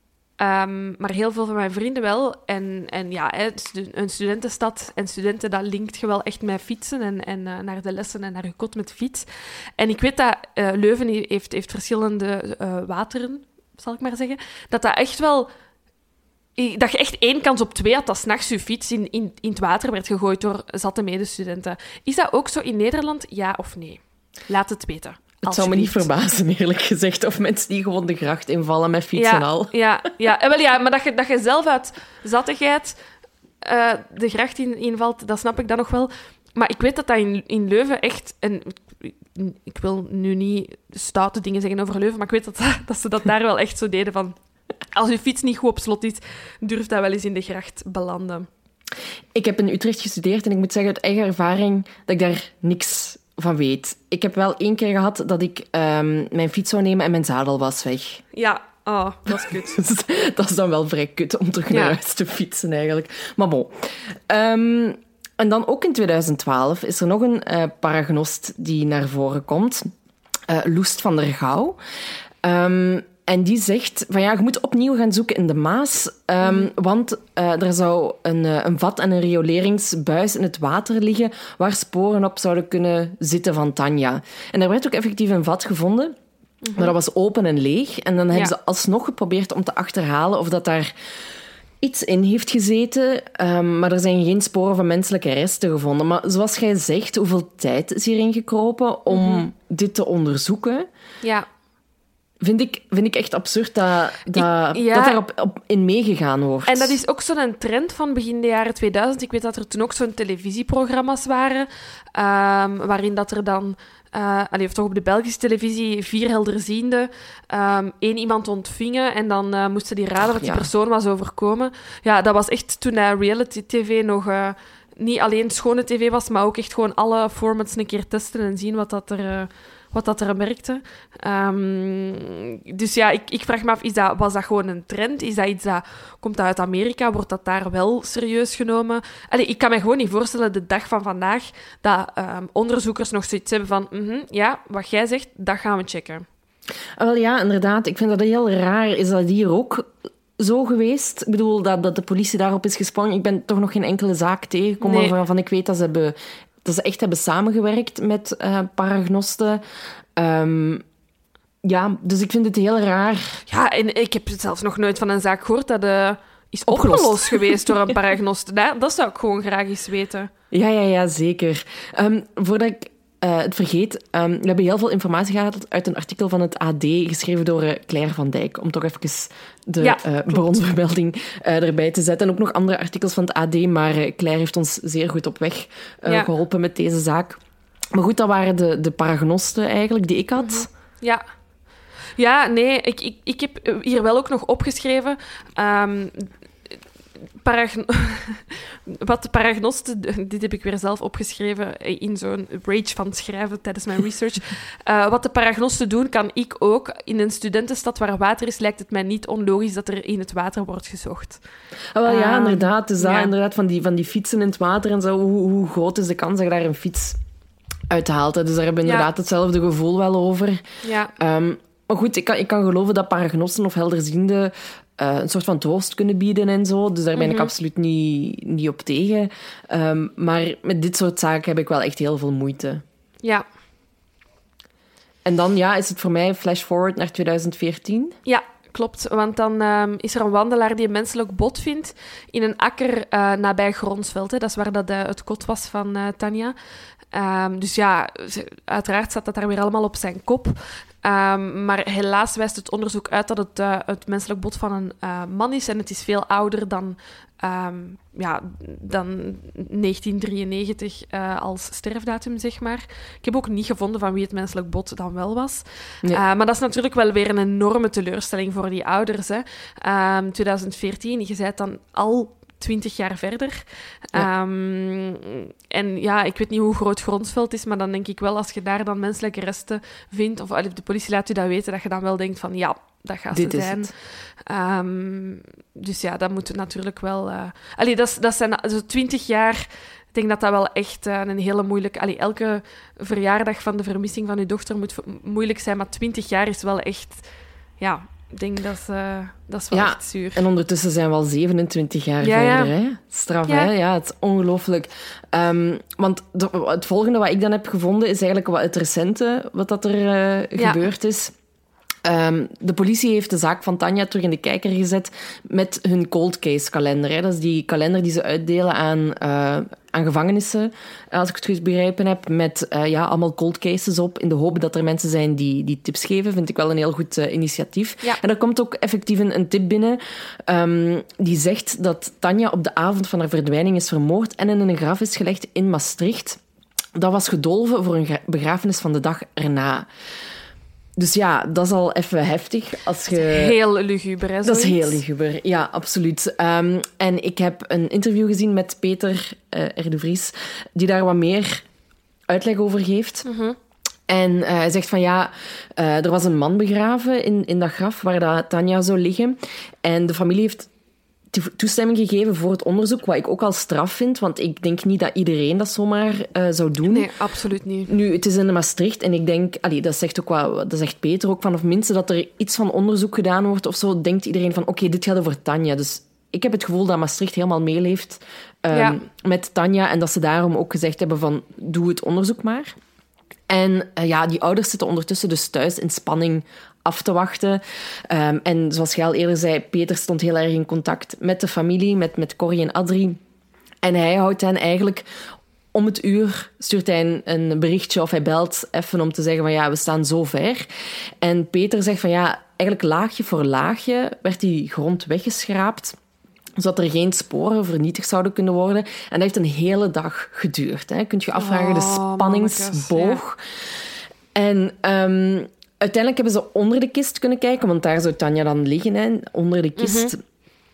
Um, maar heel veel van mijn vrienden wel. En, en ja, een studentenstad en studenten, dat linkt je wel echt met fietsen en, en uh, naar de lessen en naar je kot met fiets. En ik weet dat uh, Leuven heeft, heeft verschillende uh, wateren, zal ik maar zeggen. Dat dat echt wel... Dat je echt één kans op twee had dat 's nachts je fiets in, in, in het water werd gegooid door zatte medestudenten. Is dat ook zo in Nederland, ja of nee? Laat het weten. Het zou me niet verbazen, eerlijk gezegd, of mensen die gewoon de gracht invallen met fiets ja, en al. Ja, ja. En wel, ja, maar dat je, dat je zelf uit zattigheid uh, de gracht in, invalt, dat snap ik dan nog wel. Maar ik weet dat dat in, in Leuven echt... En ik wil nu niet stoute dingen zeggen over Leuven, maar ik weet dat, dat ze dat daar wel echt zo deden van... Als je fiets niet goed op slot is, durft dat wel eens in de gracht belanden. Ik heb in Utrecht gestudeerd en ik moet zeggen uit eigen ervaring dat ik daar niks... van weet. Ik heb wel één keer gehad dat ik um, mijn fiets zou nemen en mijn zadel was weg. Ja, oh, dat is kut. Dat is dan wel vrij kut om terug naar ja. huis te fietsen, eigenlijk. Maar bon. Um, en dan ook in twintig twaalf is er nog een uh, paragnost die naar voren komt. Uh, Loest van der Gouw. Um, En die zegt van ja, je moet opnieuw gaan zoeken in de Maas, um, mm. want uh, er zou een, uh, een vat en een rioleringsbuis in het water liggen waar sporen op zouden kunnen zitten van Tanja. En er werd ook effectief een vat gevonden, mm-hmm. maar dat was open en leeg. En dan ja. hebben ze alsnog geprobeerd om te achterhalen of dat daar iets in heeft gezeten, um, maar er zijn geen sporen van menselijke resten gevonden. Maar zoals jij zegt, hoeveel tijd is hierin gekropen om mm-hmm. dit te onderzoeken? Ja. Vind ik, vind ik echt absurd dat, dat, ik, ja. dat daarop op in meegegaan wordt. En dat is ook zo'n trend van begin de jaren tweeduizend. Ik weet dat er toen ook zo'n televisieprogramma's waren, um, waarin dat er dan, uh, allee, of toch op de Belgische televisie, vier helderzienden um, één iemand ontvingen en dan uh, moesten die raden wat die ja. persoon was overkomen. Ja, dat was echt toen uh, reality-tv nog... Uh, niet alleen schone tv was, maar ook echt gewoon alle formats een keer testen en zien wat dat er... Uh, wat dat er merkte. Um, dus ja, ik, ik vraag me af, is dat, was dat gewoon een trend? Is dat iets dat komt dat uit Amerika? Wordt dat daar wel serieus genomen? Allee, ik kan me gewoon niet voorstellen, de dag van vandaag, dat um, onderzoekers nog zoiets hebben van, mm-hmm, ja, wat jij zegt, dat gaan we checken. Wel ja, inderdaad. Ik vind dat heel raar. Is dat hier ook zo geweest? Ik bedoel, dat, dat de politie daarop is gesprongen. Ik ben toch nog geen enkele zaak tegengekomen nee. waarvan ik weet dat ze hebben... dat ze echt hebben samengewerkt met uh, paragnosten. Um, Ja, dus ik vind het heel raar. Ja, en ik heb zelfs nog nooit van een zaak gehoord dat uh, is opgelost. opgelost geweest door een paragnost. Dat, dat zou ik gewoon graag eens weten. Ja, ja, ja, zeker. Um, voordat ik uh, het vergeet, um, we hebben heel veel informatie gehaald uit een artikel van het A D, geschreven door uh, Claire van Dijk, om toch even de ja, uh, bronvermelding uh, erbij te zetten. En ook nog andere artikels van het A D, maar uh, Claire heeft ons zeer goed op weg uh, ja. geholpen met deze zaak. Maar goed, dat waren de, de paragnosten eigenlijk die ik had. Ja. Ja, nee, ik, ik, ik heb hier wel ook nog opgeschreven... Um, paragn- wat de paragnosten... Dit heb ik weer zelf opgeschreven in zo'n rage van het schrijven tijdens mijn research. Uh, wat de paragnosten doen, kan ik ook. In een studentenstad waar water is, lijkt het mij niet onlogisch dat er in het water wordt gezocht. Oh, wel, ja, uh, inderdaad. Dus dat, ja. inderdaad van, die, van die fietsen in het water en zo. Hoe, hoe groot is de kans dat je daar een fiets uithaalt? Hè? Dus daar hebben we inderdaad ja. hetzelfde gevoel wel over. Ja. Um, Maar goed, ik kan, ik kan geloven dat paragnosten of helderzienden uh, een soort van troost kunnen bieden en zo. Dus daar ben mm-hmm. ik absoluut niet, niet op tegen. Um, maar met dit soort zaken heb ik wel echt heel veel moeite. Ja. En dan ja, is het voor mij flash forward naar twintig veertien. Ja, klopt. Want dan um, is er een wandelaar die een menselijk bot vindt in een akker uh, nabij Gronsveld. Hè. Dat is waar dat, uh, het kot was van uh, Tanja. Um, dus ja, uiteraard staat dat daar weer allemaal op zijn kop. Um, maar helaas wijst het onderzoek uit dat het, uh, het menselijk bot van een uh, man is. En het is veel ouder dan, um, ja, dan negentien drieënnegentig uh, als sterfdatum, zeg maar. Ik heb ook niet gevonden van wie het menselijk bot dan wel was. Nee. Uh, maar dat is natuurlijk wel weer een enorme teleurstelling voor die ouders. Hè. Um, twintig veertien, je zei het dan al... twintig jaar verder. Ja. Um, en ja, ik weet niet hoe groot Gronsveld is, maar dan denk ik wel, als je daar dan menselijke resten vindt, of de politie laat u dat weten, dat je dan wel denkt van, ja, dat gaat Dit ze zijn. Um, dus ja, dat moet natuurlijk wel... Uh... Allee, dat, dat zijn zo twintig jaar... Ik denk dat dat wel echt uh, een hele moeilijke... Allee, elke verjaardag van de vermissing van uw dochter moet moeilijk zijn, maar twintig jaar is wel echt... Ja... Ik denk dat is, uh, dat is wel ja, echt zuur. En ondertussen zijn we al zevenentwintig jaar ja, verder. Ja. Hè? Straf, ja. hè? Ja, het is ongelooflijk. Um, want de, het volgende wat ik dan heb gevonden is eigenlijk wat het recente wat dat er uh, ja. gebeurd is. Um, de politie heeft de zaak van Tanja terug in de kijker gezet met hun cold case kalender. Hè. Dat is die kalender die ze uitdelen aan, uh, aan gevangenissen, als ik het goed begrepen heb, met uh, ja, allemaal cold cases op, in de hoop dat er mensen zijn die, die tips geven. Vind ik wel een heel goed uh, initiatief. Ja. En er komt ook effectief een, een tip binnen um, die zegt dat Tanja op de avond van haar verdwijning is vermoord en in een graf is gelegd in Maastricht. Dat was gedolven voor een begrafenis van de dag erna. Dus ja, dat is al even heftig. Als je... Heel luguber, hè? Dat is heel luguber, ja, absoluut. Um, en ik heb een interview gezien met Peter uh, R. de Vries, die daar wat meer uitleg over geeft. Mm-hmm. En uh, hij zegt van ja, uh, er was een man begraven in, in dat graf waar dat Tanja zou liggen. En de familie heeft toestemming gegeven voor het onderzoek, wat ik ook al straf vind, want ik denk niet dat iedereen dat zomaar uh, zou doen. Nee, absoluut niet. Nu, het is in Maastricht en ik denk, allee, dat zegt ook wat, dat zegt Peter ook, van of minstens dat er iets van onderzoek gedaan wordt of zo, denkt iedereen van, oké, okay, dit gaat over Tanja. Dus ik heb het gevoel dat Maastricht helemaal meeleeft um, ja. met Tanja en dat ze daarom ook gezegd hebben van, doe het onderzoek maar. En uh, ja, die ouders zitten ondertussen dus thuis in spanning af te wachten. Um, en zoals je al eerder zei, Peter stond heel erg in contact met de familie, met, met Corrie en Adrie. En hij houdt hen eigenlijk om het uur, stuurt hij een, een berichtje of hij belt even om te zeggen van ja, we staan zo ver. En Peter zegt van ja, eigenlijk laagje voor laagje werd die grond weggeschraapt, zodat er geen sporen vernietigd zouden kunnen worden. En dat heeft een hele dag geduurd. Hè. Kunt je afvragen, de spanningsboog. Ja. En um, uiteindelijk hebben ze onder de kist kunnen kijken, want daar zou Tanja dan liggen, hè, onder de kist. Mm-hmm.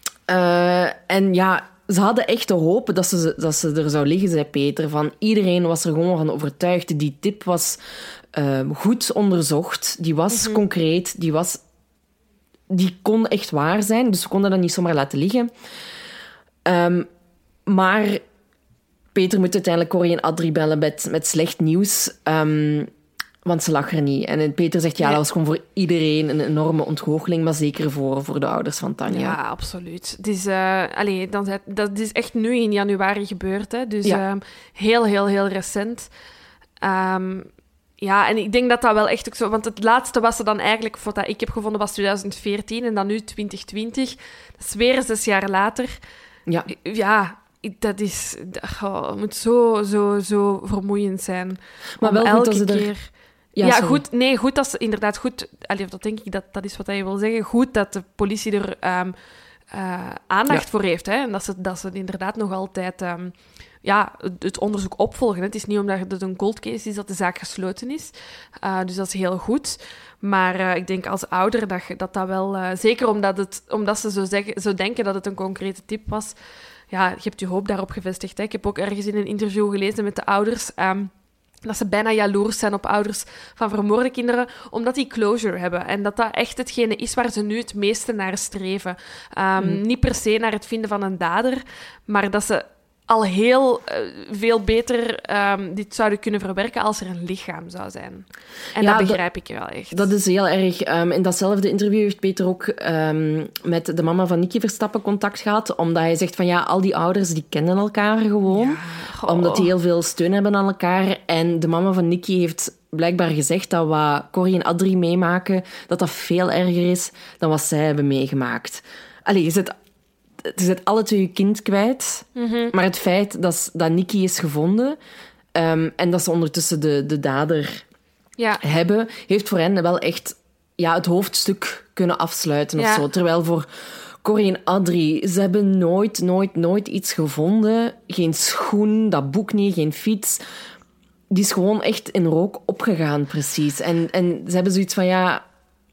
Uh, en ja, ze hadden echt de hoop dat ze, dat ze er zou liggen, zei Peter. Van, iedereen was er gewoon van overtuigd. Die tip was uh, goed onderzocht. Die was mm-hmm. concreet. Die was... Die kon echt waar zijn, dus we konden dat niet zomaar laten liggen. Um, maar Peter moet uiteindelijk Corrie en Adrie bellen met, met slecht nieuws, um, want ze lag er niet. En Peter zegt, ja, dat was gewoon voor iedereen een enorme ontgoocheling, maar zeker voor, voor de ouders van Tanja. Ja, absoluut. Het is, uh, allez, dan, dat is echt nu in januari gebeurd, hè? Dus ja. um, heel, heel, heel recent. Um, Ja, en ik denk dat dat wel echt ook zo... Want het laatste was er dan eigenlijk, wat dat ik heb gevonden, was twintig veertien en dan nu twintig twintig. Dat is weer zes jaar later. Ja. Ja, dat is... Oh, het moet zo, zo, zo vermoeiend zijn. Maar wel elke goed dat ze keer... er... Ja, ja goed. Nee, goed dat ze inderdaad goed... Allee, dat denk ik, dat, dat is wat je wil zeggen. Goed dat de politie er um, uh, aandacht ja. voor heeft. Hè? En dat ze, dat ze inderdaad nog altijd... Um, ja, het onderzoek opvolgen. Het is niet omdat het een cold case is dat de zaak gesloten is. Uh, dus dat is heel goed. Maar uh, ik denk als ouder dat dat, dat wel... Uh, zeker omdat, het, omdat ze zo, zeggen, zo denken dat het een concrete tip was. Ja, je hebt je hoop daarop gevestigd. Hè. Ik heb ook ergens in een interview gelezen met de ouders... Um, dat ze bijna jaloers zijn op ouders van vermoorde kinderen, omdat die closure hebben. En dat dat echt hetgene is waar ze nu het meeste naar streven. Um, mm. Niet per se naar het vinden van een dader, maar dat ze al heel uh, veel beter um, dit zouden kunnen verwerken als er een lichaam zou zijn. En ja, dat begrijp dat, ik wel echt. Dat is heel erg. Um, in datzelfde interview heeft Peter ook um, met de mama van Nicky Verstappen contact gehad, omdat hij zegt van ja, al die ouders die kennen elkaar gewoon, ja, omdat die heel veel steun hebben aan elkaar. En de mama van Nicky heeft blijkbaar gezegd dat wat Corrie en Adrie meemaken, dat dat veel erger is dan wat zij hebben meegemaakt. Allee, je zit... Je zet alle twee je kind kwijt. Mm-hmm. Maar het feit dat, dat Nicky is gevonden um, en dat ze ondertussen de, de dader ja. hebben, heeft voor hen wel echt ja, het hoofdstuk kunnen afsluiten. Ja. Of zo. Terwijl voor Corrie en Adrie, ze hebben nooit, nooit, nooit iets gevonden. Geen schoen, dat boek niet, geen fiets. Die is gewoon echt in rook opgegaan, precies. En, en ze hebben zoiets van, ja...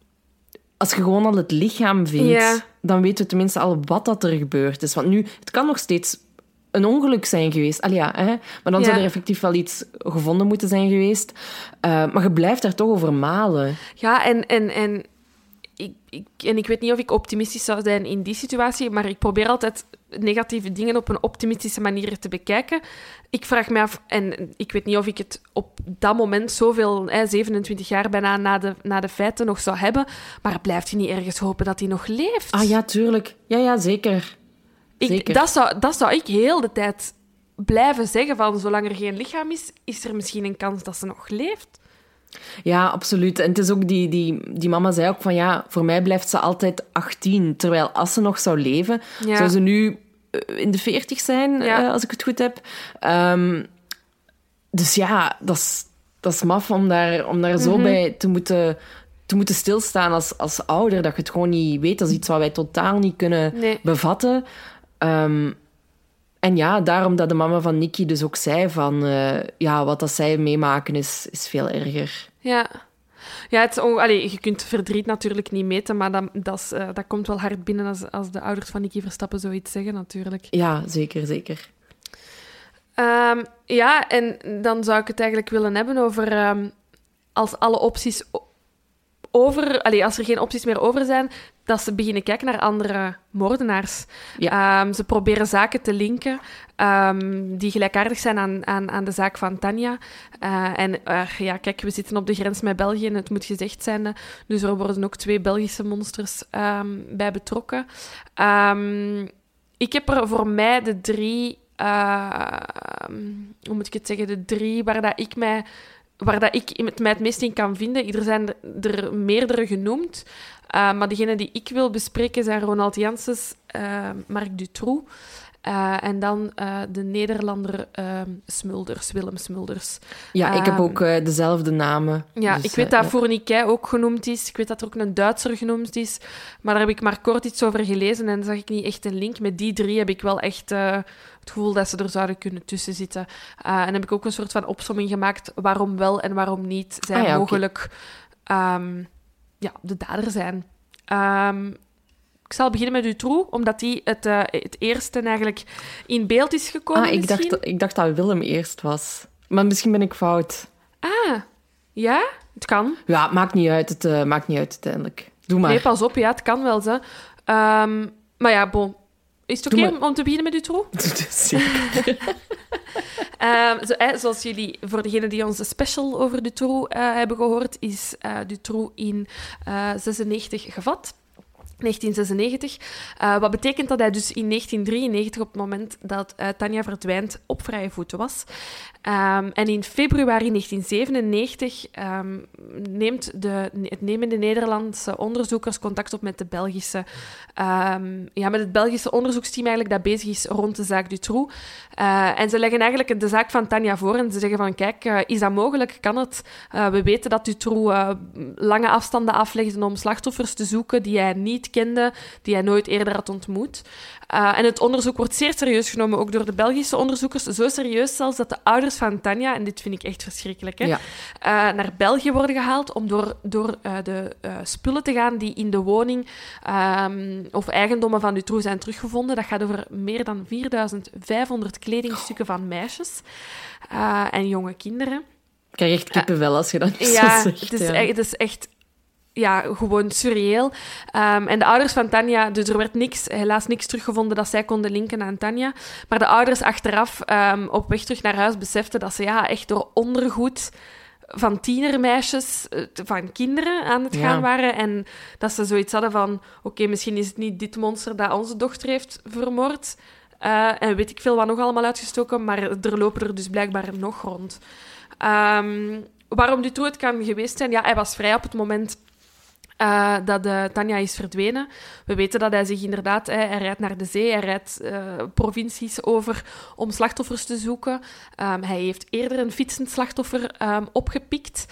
Als je gewoon al het lichaam vindt, ja. dan weten we tenminste al wat dat er gebeurd is. Want nu, het kan nog steeds een ongeluk zijn geweest. Al ja, hè? Maar dan ja. zou er effectief wel iets gevonden moeten zijn geweest. Uh, maar je blijft daar toch over malen. Ja, en... en, en... Ik, ik, en ik weet niet of ik optimistisch zou zijn in die situatie, maar ik probeer altijd negatieve dingen op een optimistische manier te bekijken. Ik vraag me af, en ik weet niet of ik het op dat moment zoveel, hè, zevenentwintig jaar bijna na de, na de feiten nog zou hebben, maar blijft je niet ergens hopen dat hij nog leeft? Ah ja, tuurlijk. Ja, ja, zeker. Ik, zeker. Dat, zou, dat zou ik heel de tijd blijven zeggen, van zolang er geen lichaam is, is er misschien een kans dat ze nog leeft. Ja, absoluut. En het is ook die, die, die mama zei ook van ja, voor mij blijft ze altijd achttien. Terwijl als ze nog zou leven, ja. zou ze nu in de veertig zijn, ja. uh, als ik het goed heb. Um, dus ja, dat is, dat is maf om daar, om daar mm-hmm. zo bij te moeten, te moeten stilstaan als, als ouder. Dat je het gewoon niet weet. Dat is iets wat wij totaal niet kunnen nee. bevatten. Um, En ja, daarom dat de mama van Nicky dus ook zei van... Uh, ja, wat dat zij meemaken is, is veel erger. Ja. Ja, het, oh, allez, je kunt verdriet natuurlijk niet meten, maar dat, dat, is, uh, dat komt wel hard binnen als, als de ouders van Nicky Verstappen zoiets zeggen, natuurlijk. Ja, zeker, zeker. Um, ja, en dan zou ik het eigenlijk willen hebben over... Um, als alle opties... Over, allez, als er geen opties meer over zijn, dat ze beginnen kijken naar andere moordenaars. Ja. Um, ze proberen zaken te linken um, die gelijkaardig zijn aan, aan, aan de zaak van Tanja. Uh, en uh, ja, kijk, we zitten op de grens met België en het moet gezegd zijn. Uh, dus er worden ook twee Belgische monsters um, bij betrokken. Um, ik heb er voor mij de drie... Uh, hoe moet ik het zeggen? De drie waar dat ik mij... waar dat ik het mij het meest in kan vinden. Er zijn er meerdere genoemd. Uh, maar degene die ik wil bespreken zijn Ronald Janssens, uh, Marc Dutroux uh, en dan uh, de Nederlander uh, Smulders, Willem Smulders. Ja, ik heb ook uh, dezelfde namen. Ja, dus, ik weet dat uh, Fourniquet ook genoemd is. Ik weet dat er ook een Duitser genoemd is. Maar daar heb ik maar kort iets over gelezen en zag ik niet echt een link. Met die drie heb ik wel echt... Uh, het gevoel dat ze er zouden kunnen tussen zitten. Uh, en heb ik ook een soort van opsomming gemaakt waarom wel en waarom niet zij ah, ja, mogelijk okay. um, ja, de dader zijn. Um, ik zal beginnen met Dutroux, omdat die het, uh, het eerste eigenlijk in beeld is gekomen. Ah, ik dacht, ik dacht dat Willem eerst was. Maar misschien ben ik fout. Ah, ja? Het kan. Ja, maakt niet uit. Het uh, maakt niet uit uiteindelijk. Doe maar. Nee, pas op. Ja, het kan wel. Zo. Um, maar ja, bon. Is het oké okay om te beginnen met Dutroux? Zeker. um, zo, eh, zoals jullie, voor degenen die onze special over Dutroux uh, hebben gehoord, is uh, Dutroux in uh, zesennegentig gevat. negentien zesennegentig. Uh, wat betekent dat hij dus in negentien drieënnegentig, op het moment dat uh, Tanja verdwijnt, op vrije voeten was. Um, en in februari negentien zevenennegentig um, neemt de, het nemen de Nederlandse onderzoekers contact op met de Belgische, um, ja, met het Belgische onderzoeksteam eigenlijk dat bezig is rond de zaak Dutroux. Uh, en ze leggen eigenlijk de zaak van Tanja voor en ze zeggen van kijk, uh, is dat mogelijk? Kan het? Uh, we weten dat Dutroux uh, lange afstanden aflegde om slachtoffers te zoeken die hij niet kende, die hij nooit eerder had ontmoet. Uh, en het onderzoek wordt zeer serieus genomen, ook door de Belgische onderzoekers. Zo serieus zelfs dat de ouders van Tanja, en dit vind ik echt verschrikkelijk, hè, ja. uh, naar België worden gehaald om door, door uh, de uh, spullen te gaan die in de woning um, of eigendommen van Dutroux zijn teruggevonden. Dat gaat over meer dan vierduizend vijfhonderd kledingstukken van meisjes uh, en jonge kinderen. Ik krijg echt kippenvel als je dat niet ja, zo zegt. Het is, ja, het is echt... Ja, gewoon surreëel. Um, en de ouders van Tanja, dus er werd niks, helaas niks teruggevonden dat zij konden linken aan Tanja. Maar de ouders achteraf, um, op weg terug naar huis, beseften dat ze ja, echt door ondergoed van tienermeisjes, van kinderen aan het gaan ja. waren. En dat ze zoiets hadden van, oké, okay, misschien is het niet dit monster dat onze dochter heeft vermoord. Uh, en weet ik veel wat nog allemaal uitgestoken, maar er lopen er dus blijkbaar nog rond. Um, waarom Dutroux het kan geweest zijn? Ja, hij was vrij op het moment... Uh, dat uh, Tanja is verdwenen. We weten dat hij zich inderdaad... Hè, hij rijdt naar de zee, hij rijdt uh, provincies over om slachtoffers te zoeken. Um, hij heeft eerder een fietsend slachtoffer um, opgepikt.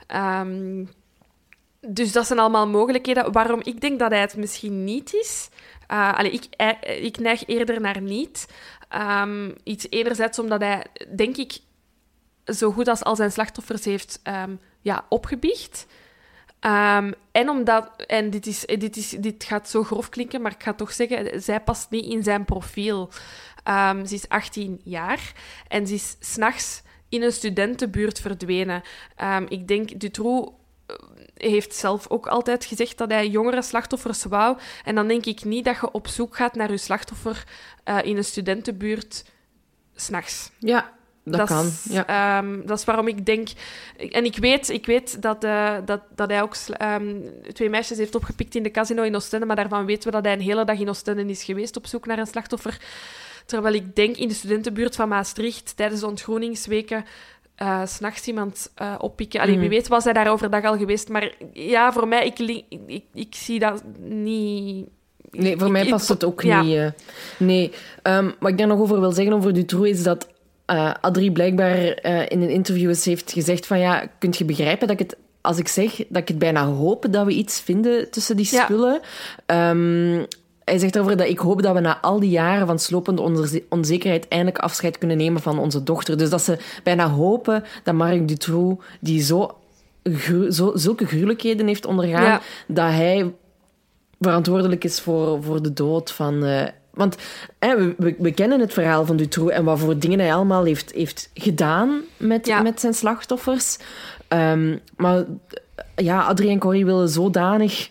Um, dus dat zijn allemaal mogelijkheden. Waarom ik denk dat hij het misschien niet is... Uh, allez, ik, uh, ik neig eerder naar niet. Um, iets enerzijds omdat hij, denk ik, zo goed als al zijn slachtoffers heeft um, ja, opgebiecht... Um, en omdat, en dit, is, dit, is, dit gaat zo grof klinken, maar ik ga toch zeggen, zij past niet in zijn profiel. Um, ze is achttien jaar en ze is 's nachts in een studentenbuurt verdwenen. Um, ik denk, Dutroux heeft zelf ook altijd gezegd dat hij jongere slachtoffers wou. En dan denk ik niet dat je op zoek gaat naar je slachtoffer uh, in een studentenbuurt 's nachts. Ja. Dat, dat kan, is, ja. Um, dat is waarom ik denk... En ik weet, ik weet dat, uh, dat, dat hij ook um, twee meisjes heeft opgepikt in de casino in Oostende, maar daarvan weten we dat hij een hele dag in Oostende is geweest op zoek naar een slachtoffer. Terwijl ik denk in de studentenbuurt van Maastricht, tijdens de ontgroeningsweken, uh, 's nachts iemand uh, oppikken. Allee, mm. Wie weet was hij daar overdag al geweest, maar ja, voor mij, ik, ik, ik, ik zie dat niet... Nee, voor mij past het ook ja. niet. Uh, nee, um, wat ik daar nog over wil zeggen over Dutroux is dat Uh, Adrie blijkbaar uh, in een interview eens heeft gezegd van ja, kunt je begrijpen dat ik het, als ik zeg dat ik het bijna hoop dat we iets vinden tussen die spullen. Ja. Um, hij zegt erover dat ik hoop dat we na al die jaren van slopende onze- onzekerheid eindelijk afscheid kunnen nemen van onze dochter. Dus dat ze bijna hopen dat Marc Dutroux, die zo, gru- zo zulke gruwelijkheden heeft ondergaan, ja. dat hij verantwoordelijk is voor, voor de dood van... Uh, Want hè, we, we, we kennen het verhaal van Dutroux en wat voor dingen hij allemaal heeft, heeft gedaan met, ja. met zijn slachtoffers. Um, maar ja, Adrie en Corrie willen zodanig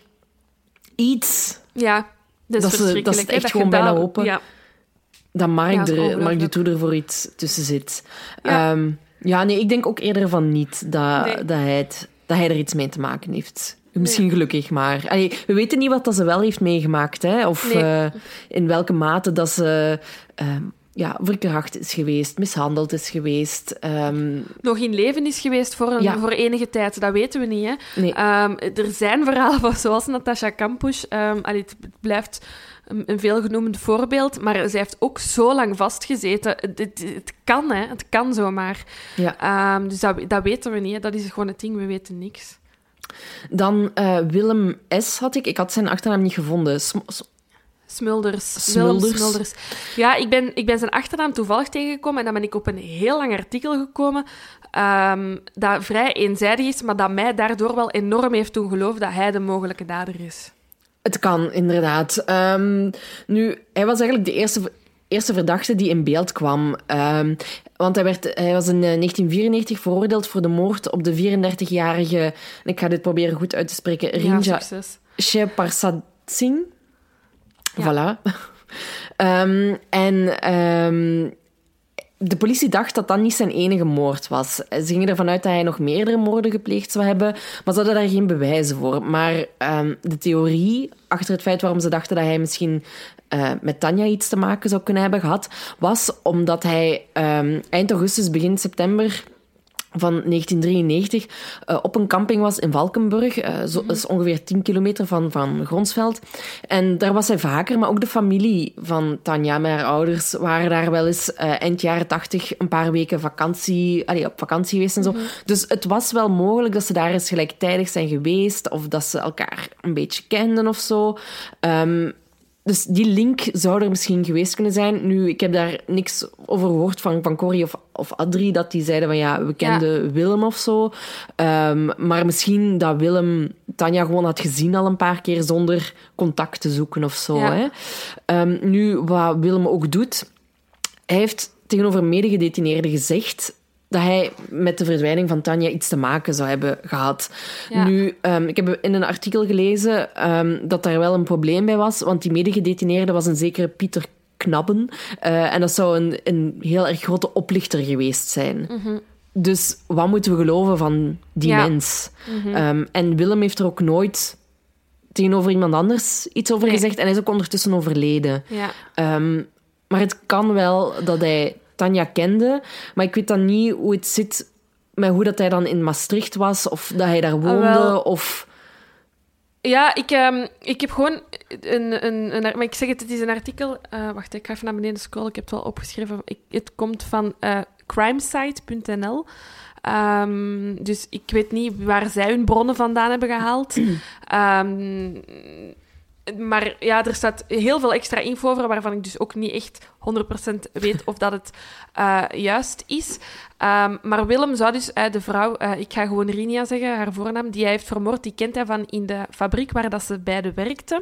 iets... Ja, dat is dat ze, dat ze het echt dat gewoon bijna hopen ja. dat Marc, ja, er, Marc Dutroux er voor iets tussen zit. Ja. Um, ja, nee, ik denk ook eerder van niet dat, nee. dat, hij, het, dat hij er iets mee te maken heeft. Misschien nee. gelukkig, maar... Allee, we weten niet wat dat ze wel heeft meegemaakt, hè? Of nee. uh, in welke mate dat ze uh, ja, verkracht is geweest, mishandeld is geweest. Um... Nog in leven is geweest voor, een, ja. voor enige tijd, dat weten we niet, hè? Nee. Um, er zijn verhalen van, zoals Natasha Kampusch. Um, allee, het blijft een, een veelgenoemd voorbeeld, maar zij heeft ook zo lang vastgezeten. Het, het, het kan, hè? Het kan zomaar. Ja. Um, dus dat, dat weten we niet, hè? Dat is gewoon het ding, we weten niks. Dan uh, Willem S. had ik. Ik had zijn achternaam niet gevonden. Sm- Sm- Smulders. Smulders. Smulders. Ja, ik ben, ik ben zijn achternaam toevallig tegengekomen en dan ben ik op een heel lang artikel gekomen um, dat vrij eenzijdig is, maar dat mij daardoor wel enorm heeft doen geloven dat hij de mogelijke dader is. Het kan, inderdaad. Um, nu, hij was eigenlijk de eerste... eerste verdachte die in beeld kwam. Um, want hij, werd, hij was in negentien vierennegentig veroordeeld voor de moord op de vierendertigjarige... En ik ga dit proberen goed uit te spreken. Rinja Sheparsad Singh. Ja. Voilà. um, en um, de politie dacht dat dat niet zijn enige moord was. Ze gingen ervan uit dat hij nog meerdere moorden gepleegd zou hebben, maar ze hadden daar geen bewijzen voor. Maar um, de theorie achter het feit waarom ze dachten dat hij misschien uh, met Tanja iets te maken zou kunnen hebben gehad, was omdat hij um, eind augustus, begin september van negentien drieënnegentig uh, op een camping was in Valkenburg. Uh, zo, dat is ongeveer tien kilometer van, van Gronsveld. En daar was hij vaker, maar ook de familie van Tanja, met haar ouders, waren daar wel eens uh, eind jaren tachtig een paar weken vakantie, allee, op vakantie geweest en zo. Mm-hmm. Dus het was wel mogelijk dat ze daar eens gelijktijdig zijn geweest, of dat ze elkaar een beetje kenden of zo. Um, Dus die link zou er misschien geweest kunnen zijn. Nu, ik heb daar niks over gehoord van, van Corrie of, of Adrie, dat die zeiden van ja, we kenden ja. Willem of zo. Um, maar misschien dat Willem Tanja gewoon had gezien al een paar keer zonder contact te zoeken of zo. Ja. Hè. Um, nu, wat Willem ook doet, hij heeft tegenover medegedetineerden gezegd dat hij met de verdwijning van Tanja iets te maken zou hebben gehad. Ja. Nu, um, ik heb in een artikel gelezen um, dat daar wel een probleem bij was, want die medegedetineerde was een zekere Pieter Knabben. Uh, en dat zou een, een heel erg grote oplichter geweest zijn. Mm-hmm. Dus wat moeten we geloven van die ja. mens? Mm-hmm. Um, en Willem heeft er ook nooit tegenover iemand anders iets over nee. gezegd. En hij is ook ondertussen overleden. Ja. Um, maar het kan wel dat hij Tanja kende, maar ik weet dan niet hoe het zit met hoe dat hij dan in Maastricht was, of dat hij daar woonde, ah, of... Ja, ik, um, ik heb gewoon een, een, een... Maar ik zeg het, het is een artikel... Uh, wacht, ik ga even naar beneden scrollen, ik heb het wel opgeschreven. Ik, het komt van uh, crimesite punt n l. Um, dus ik weet niet waar zij hun bronnen vandaan hebben gehaald. Um, Maar ja, er staat heel veel extra info over, waarvan ik dus ook niet echt honderd procent weet of dat het uh, juist is. Um, maar Willem zou dus, uh, de vrouw, uh, ik ga gewoon Rinia zeggen, haar voornaam, die hij heeft vermoord, die kent hij van in de fabriek waar dat ze beide werkten.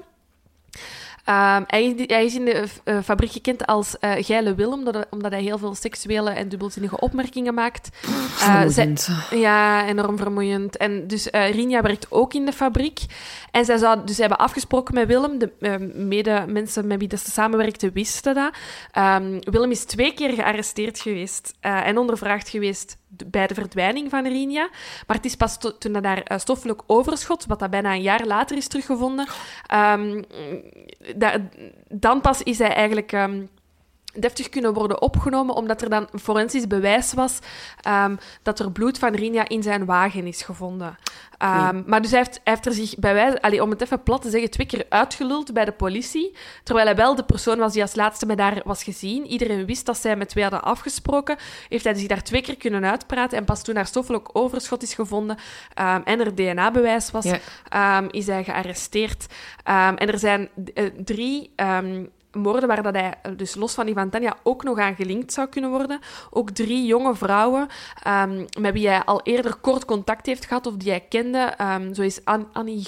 Um, hij, hij is in de uh, fabriek gekend als uh, Geile Willem, omdat, omdat hij heel veel seksuele en dubbelzinnige opmerkingen maakt. Uh, zij, ja, enorm vermoeiend. En dus uh, Rinia werkt ook in de fabriek. En zij zou dus hebben afgesproken met Willem. De uh, mede mensen met wie dat ze samenwerkten wisten dat. Um, Willem is twee keer gearresteerd geweest uh, en ondervraagd geweest bij de verdwijning van Rinia. Maar het is pas to- toen dat daar uh, stoffelijk overschot, wat dat bijna een jaar later is teruggevonden, um, da- dan pas is hij eigenlijk um, deftig kunnen worden opgenomen, omdat er dan forensisch bewijs was um, dat er bloed van Rinia in zijn wagen is gevonden. Um, nee. Maar dus hij heeft, hij heeft er zich bij wijze, allez, om het even plat te zeggen, twee keer uitgeluld bij de politie, terwijl hij wel de persoon was die als laatste met haar was gezien. Iedereen wist dat zij met twee hadden afgesproken. Heeft hij zich daar twee keer kunnen uitpraten en pas toen er stoffelijk overschot is gevonden um, en er D N A-bewijs was, ja. um, is hij gearresteerd. Um, en er zijn uh, drie... Um, moorden waar dat hij, dus los van die van Tanja, ook nog aan gelinkt zou kunnen worden. Ook drie jonge vrouwen um, met wie hij al eerder kort contact heeft gehad of die hij kende. Um, zo is An- Annie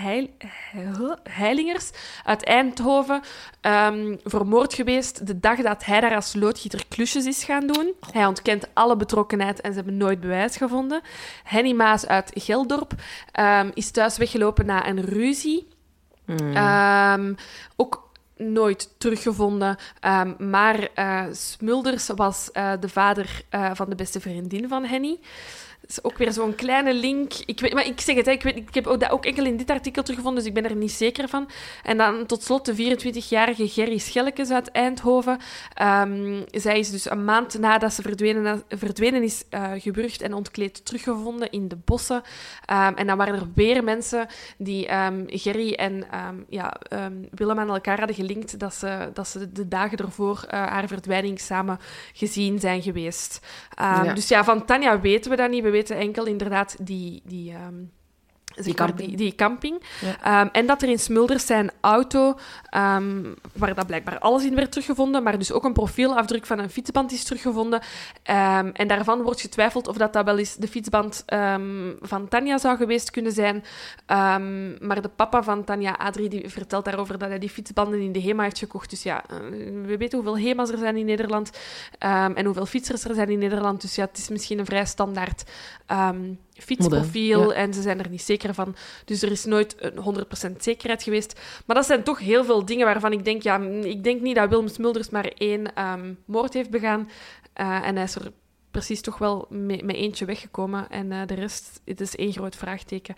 Groen-Heilingers uit Eindhoven um, vermoord geweest de dag dat hij daar als loodgieter klusjes is gaan doen. Hij ontkent alle betrokkenheid en ze hebben nooit bewijs gevonden. Henny Maas uit Geldorp um, is thuis weggelopen na een ruzie. Mm. Um, ook nooit teruggevonden. Um, maar uh, Smulders was uh, de vader uh, van de beste vriendin van Henny. Dat is ook weer zo'n kleine link. Ik weet, maar ik zeg het, hè, ik, weet, ik heb ook dat ook enkel in dit artikel teruggevonden, dus ik ben er niet zeker van. En dan tot slot de vierentwintigjarige Gerry Schelkes uit Eindhoven. Um, zij is dus een maand nadat ze verdwenen, verdwenen is, uh, gewurgd en ontkleed teruggevonden in de bossen. Um, en dan waren er weer mensen die um, Gerry en um, ja, um, Willem aan elkaar hadden gelinkt dat ze, dat ze de dagen ervoor uh, haar verdwijning samen gezien zijn geweest. Um, ja. Dus ja, van Tanja weten we dat niet. We weten enkel inderdaad die, die, um, zeg die maar, camping. Die, die camping. Ja. Um, en dat er in Smulders zijn auto, um, waar dat blijkbaar alles in werd teruggevonden, maar dus ook een profielafdruk van een fietsband is teruggevonden. Um, en daarvan wordt getwijfeld of dat, dat wel eens de fietsband um, van Tanja zou geweest kunnen zijn. Um, maar de papa van Tanja, Adrie, die vertelt daarover dat hij die fietsbanden in de HEMA heeft gekocht. Dus ja, we weten hoeveel HEMA's er zijn in Nederland um, en hoeveel fietsers er zijn in Nederland. Dus ja, het is misschien een vrij standaard um, fietsprofiel, ja. En ze zijn er niet zeker van. Dus er is nooit een honderd procent zekerheid geweest. Maar dat zijn toch heel veel dingen waarvan ik denk, ja, ik denk niet dat Willem Smulders maar één um, moord heeft begaan. Uh, en hij is er precies toch wel met, met eentje weggekomen. En uh, de rest, het is één groot vraagteken.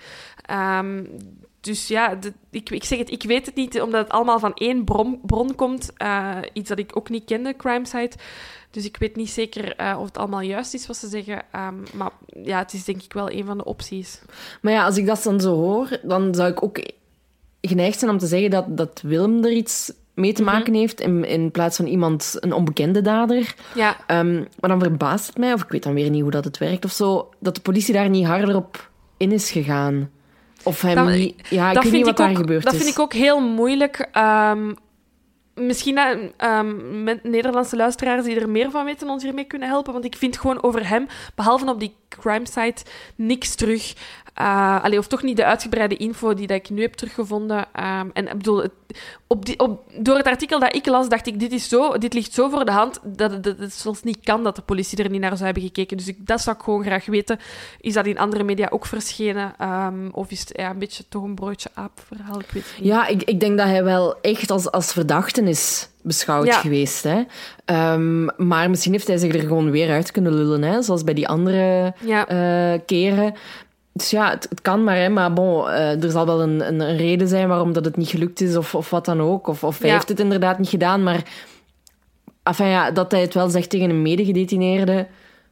Um, dus ja, de, ik, ik zeg het, ik weet het niet, omdat het allemaal van één bron, bron komt. Uh, iets dat ik ook niet kende, Crimesite. Dus ik weet niet zeker uh, of het allemaal juist is wat ze zeggen. Um, maar ja, het is denk ik wel een van de opties. Maar ja, als ik dat dan zo hoor, dan zou ik ook geneigd zijn om te zeggen dat, dat Willem er iets mee te maken mm-hmm. heeft, in, in plaats van iemand, een onbekende dader. Ja. Um, maar dan verbaast het mij, of ik weet dan weer niet hoe dat het werkt of zo, dat de politie daar niet harder op in is gegaan. Of hem dat, niet... Ja, ik weet niet wat daar gebeurd dat is. Dat vind ik ook heel moeilijk. Um, misschien um, met Nederlandse luisteraars die er meer van weten ons hiermee kunnen helpen, want ik vind gewoon over hem, behalve op die Crimesite, niks terug. Uh, allee, of toch niet de uitgebreide info die dat ik nu heb teruggevonden. Um, en ik bedoel, het, op die, op, door het artikel dat ik las, dacht ik, dit, is zo, dit ligt zo voor de hand dat het, dat het zelfs niet kan dat de politie er niet naar zou hebben gekeken. Dus ik, dat zou ik gewoon graag weten. Is dat in andere media ook verschenen? Um, of is het ja, een beetje toch een broodje aap-verhaal? Ik weet het niet. Ja, ik, ik denk dat hij wel echt als, als verdachte is beschouwd ja. geweest. Hè? Um, maar misschien heeft hij zich er gewoon weer uit kunnen lullen, hè? Zoals bij die andere ja. uh, keren. Dus ja, het, het kan maar, hè, maar bon, uh, er zal wel een, een, een reden zijn waarom dat het niet gelukt is, of, of wat dan ook. Of, of hij ja. heeft het inderdaad niet gedaan, maar enfin, ja, dat hij het wel zegt tegen een medegedetineerde,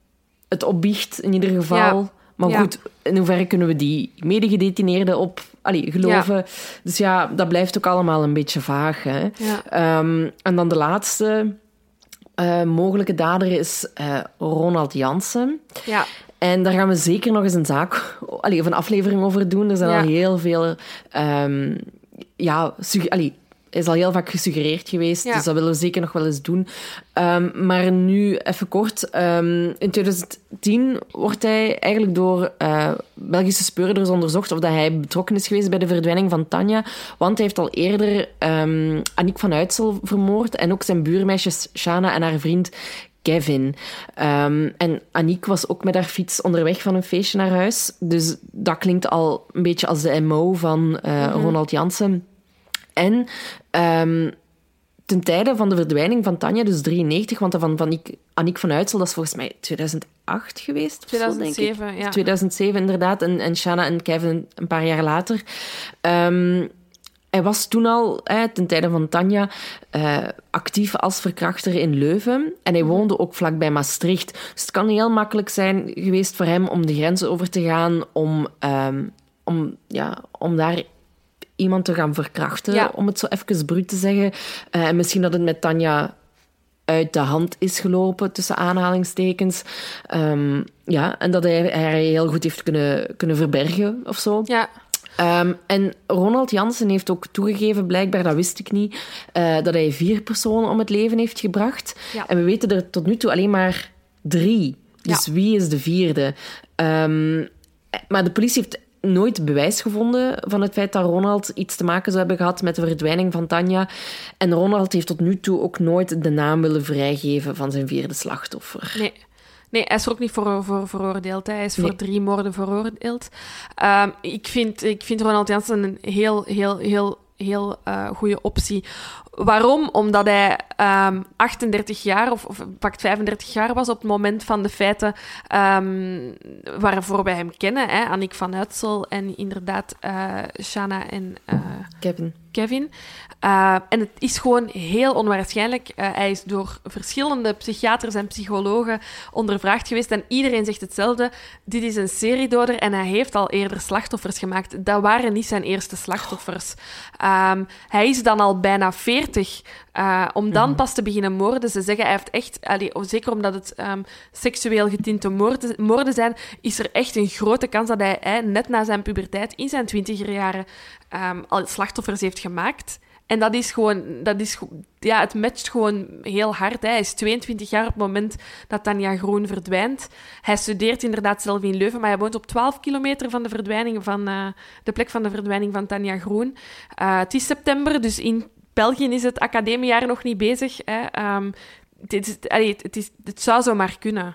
het opbiecht in ieder geval. Ja. Maar ja. goed, in hoeverre kunnen we die medegedetineerde op allee, geloven? Ja. Dus ja, dat blijft ook allemaal een beetje vaag. Hè. Ja. Um, en dan de laatste uh, mogelijke dader is uh, Ronald Jansen. Ja. En daar gaan we zeker nog eens een zaak, allee, of een aflevering over doen. Er zijn ja. al heel veel... Um, ja, sug- allee, is al heel vaak gesuggereerd geweest, ja. dus dat willen we zeker nog wel eens doen. Um, maar nu even kort. Um, in twintig tien wordt hij eigenlijk door uh, Belgische speurders onderzocht of dat hij betrokken is geweest bij de verdwijning van Tanja. Want hij heeft al eerder um, Aniek van Uitsel vermoord en ook zijn buurmeisjes Shana en haar vriend Kevin. Um, en Aniek was ook met haar fiets onderweg van een feestje naar huis. Dus dat klinkt al een beetje als de M O van uh, mm-hmm. Ronald Jansen. En um, ten tijde van de verdwijning van Tanja, dus drieënnegentig, want van, van Aniek van Uitsel, dat is volgens mij tweeduizend acht geweest. tweeduizend zeven, zo, denk ik. Ja. tweeduizend zeven, inderdaad. En, en Shana en Kevin een paar jaar later. Um, Hij was toen al, hè, ten tijde van Tanja, uh, actief als verkrachter in Leuven. En hij woonde ook vlakbij Maastricht. Dus het kan heel makkelijk zijn geweest voor hem om de grens over te gaan, om, um, om, ja, om daar iemand te gaan verkrachten, ja. om het zo even bruut te zeggen. Uh, en misschien dat het met Tanja uit de hand is gelopen, tussen aanhalingstekens. Um, ja, en dat hij, hij heel goed heeft kunnen, kunnen verbergen of zo. Ja. Um, en Ronald Jansen heeft ook toegegeven, blijkbaar, dat wist ik niet, uh, dat hij vier personen om het leven heeft gebracht. Ja. En we weten er tot nu toe alleen maar drie. Dus ja. wie is de vierde? Um, maar de politie heeft nooit bewijs gevonden van het feit dat Ronald iets te maken zou hebben gehad met de verdwijning van Tanja. En Ronald heeft tot nu toe ook nooit de naam willen vrijgeven van zijn vierde slachtoffer. Nee. Nee, hij is er ook niet voor, voor veroordeeld. Hè. Hij is nee. voor drie moorden veroordeeld. Um, ik, vind, ik vind Ronald Jansen een heel, heel, heel, heel uh, goede optie. Waarom? Omdat hij um, achtendertig jaar, of, of pakt vijfendertig jaar was op het moment van de feiten um, waarvoor wij hem kennen. Hè. Aniek van Uitsel en inderdaad uh, Shana en uh, Kevin. Kevin. Uh, en het is gewoon heel onwaarschijnlijk. Uh, hij is door verschillende psychiaters en psychologen ondervraagd geweest en iedereen zegt hetzelfde. Dit is een seriedoder en hij heeft al eerder slachtoffers gemaakt. Dat waren niet zijn eerste slachtoffers. Um, hij is dan al bijna veertig. Uh, om dan mm-hmm. pas te beginnen moorden. Ze zeggen, hij heeft echt... Allee, zeker omdat het um, seksueel getinte moorden, moorden zijn, is er echt een grote kans dat hij, hij net na zijn puberteit, in zijn twintiger jaren, um, al slachtoffers heeft gemaakt. En dat is gewoon... Dat is, ja, het matcht gewoon heel hard. Hè. Hij is tweeëntwintig jaar op het moment dat Tanja Groen verdwijnt. Hij studeert inderdaad zelf in Leuven, maar hij woont op twaalf kilometer van de verdwijning van... Uh, de plek van de verdwijning van Tanja Groen. Uh, het is september, dus in België is het academiejaar nog niet bezig. Hè. Um, het, is, allee, het, is, het zou zomaar kunnen.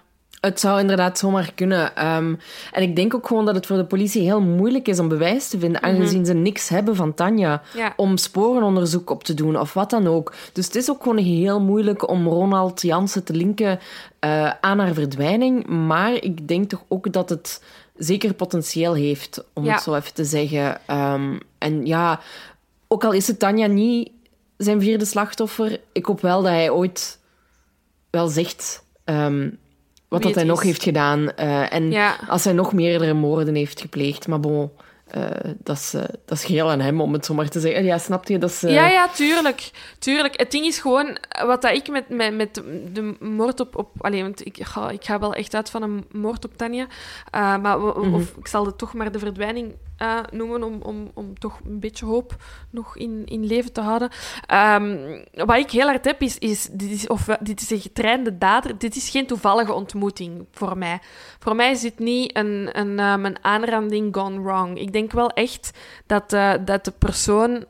Het zou inderdaad zomaar kunnen. Um, en ik denk ook gewoon dat het voor de politie heel moeilijk is om bewijs te vinden, mm-hmm. aangezien ze niks hebben van Tanja, ja. om sporenonderzoek op te doen of wat dan ook. Dus het is ook gewoon heel moeilijk om Ronald Jansen te linken uh, aan haar verdwijning. Maar ik denk toch ook dat het zeker potentieel heeft, om ja. het zo even te zeggen. Um, en ja, ook al is het Tanja niet zijn vierde slachtoffer, ik hoop wel dat hij ooit wel zegt um, wat dat hij is. nog heeft gedaan. Uh, en ja. als hij nog meerdere moorden heeft gepleegd. Maar bon, uh, dat is, uh, dat is geheel aan hem, om het zo maar te zeggen. Ja, snap je? Dat is, uh... Ja, ja, tuurlijk. tuurlijk. Het ding is gewoon, wat dat ik met, met, met de moord op... op allez, want ik ga, ik ga wel echt uit van een moord op Tanja. Uh, maar mm-hmm. of, ik zal het toch maar de verdwijning uh, noemen, om, om, om toch een beetje hoop nog in, in leven te houden. Um, wat ik heel hard heb, is... is, dit, is of, dit is een getrainde dader. Dit is geen toevallige ontmoeting voor mij. Voor mij is dit niet een, een, um, een aanranding gone wrong. Ik denk wel echt dat, uh, dat de persoon...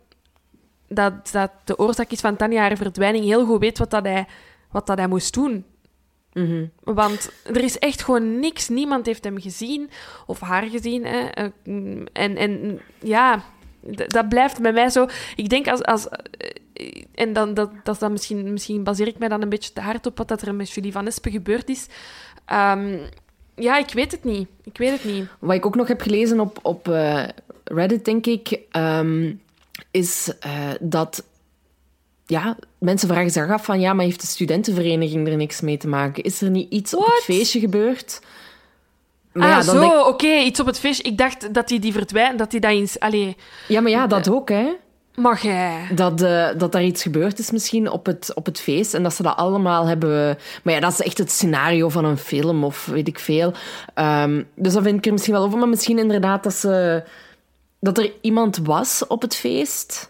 Dat, dat de oorzaak is van Tanja haar verdwijning heel goed weet wat, dat hij, wat dat hij moest doen. Mm-hmm. Want er is echt gewoon niks. Niemand heeft hem gezien of haar gezien. Hè. En, en ja, dat blijft bij mij zo. Ik denk als... als en dan, dat, dat, dat misschien, misschien baseer ik mij dan een beetje te hard op wat dat er met Julie Van Espen gebeurd is. Um, ja, ik weet het niet. Ik weet het niet. Wat ik ook nog heb gelezen op, op uh, Reddit, denk ik... Um, is uh, dat... Ja, mensen vragen zich af van... Ja, maar heeft de studentenvereniging er niks mee te maken? Is er niet iets What? op het feestje gebeurd? Maar ah, ja, dan zo, denk... oké, okay, iets op het feestje. Ik dacht dat hij die verdwijnt, dat hij dat eens... Allee, ja, maar ja, dat uh, ook, hè. Mag jij? Dat, uh, dat daar iets gebeurd is misschien op het, op het feest en dat ze dat allemaal hebben... Maar ja, dat is echt het scenario van een film of weet ik veel. Um, dus dat vind ik er misschien wel over. Maar misschien inderdaad dat ze... Dat er iemand was op het feest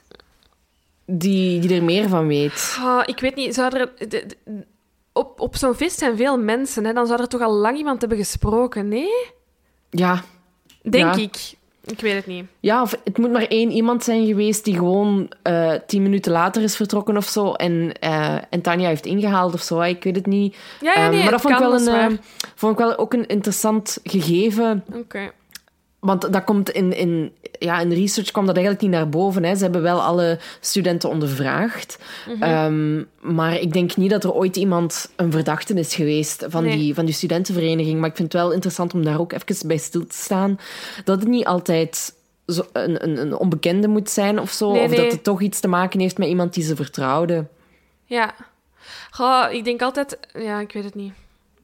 die, die er meer van weet. Oh, ik weet niet. Zou er, de, de, op, op zo'n feest zijn veel mensen. Hè? Dan zou er toch al lang iemand hebben gesproken, nee? Ja. Denk ja. ik. Ik weet het niet. Ja, of het moet maar één iemand zijn geweest die gewoon uh, tien minuten later is vertrokken of zo en, uh, en Tanja heeft ingehaald of zo. Ik weet het niet. Ja, ja, nee, um, maar dat vond ik wel, een, uh, vond ik wel ook een interessant gegeven. Oké. Okay. Want dat komt in, in, ja, in research kwam dat eigenlijk niet naar boven. Hè. Ze hebben wel alle studenten ondervraagd. Mm-hmm. Um, maar ik denk niet dat er ooit iemand een verdachte is geweest van, nee. die, van die studentenvereniging. Maar ik vind het wel interessant om daar ook even bij stil te staan. Dat het niet altijd zo een, een, een onbekende moet zijn of zo. Nee, of nee. dat het toch iets te maken heeft met iemand die ze vertrouwden. Ja. Goh, ik denk altijd... Ja, ik weet het niet.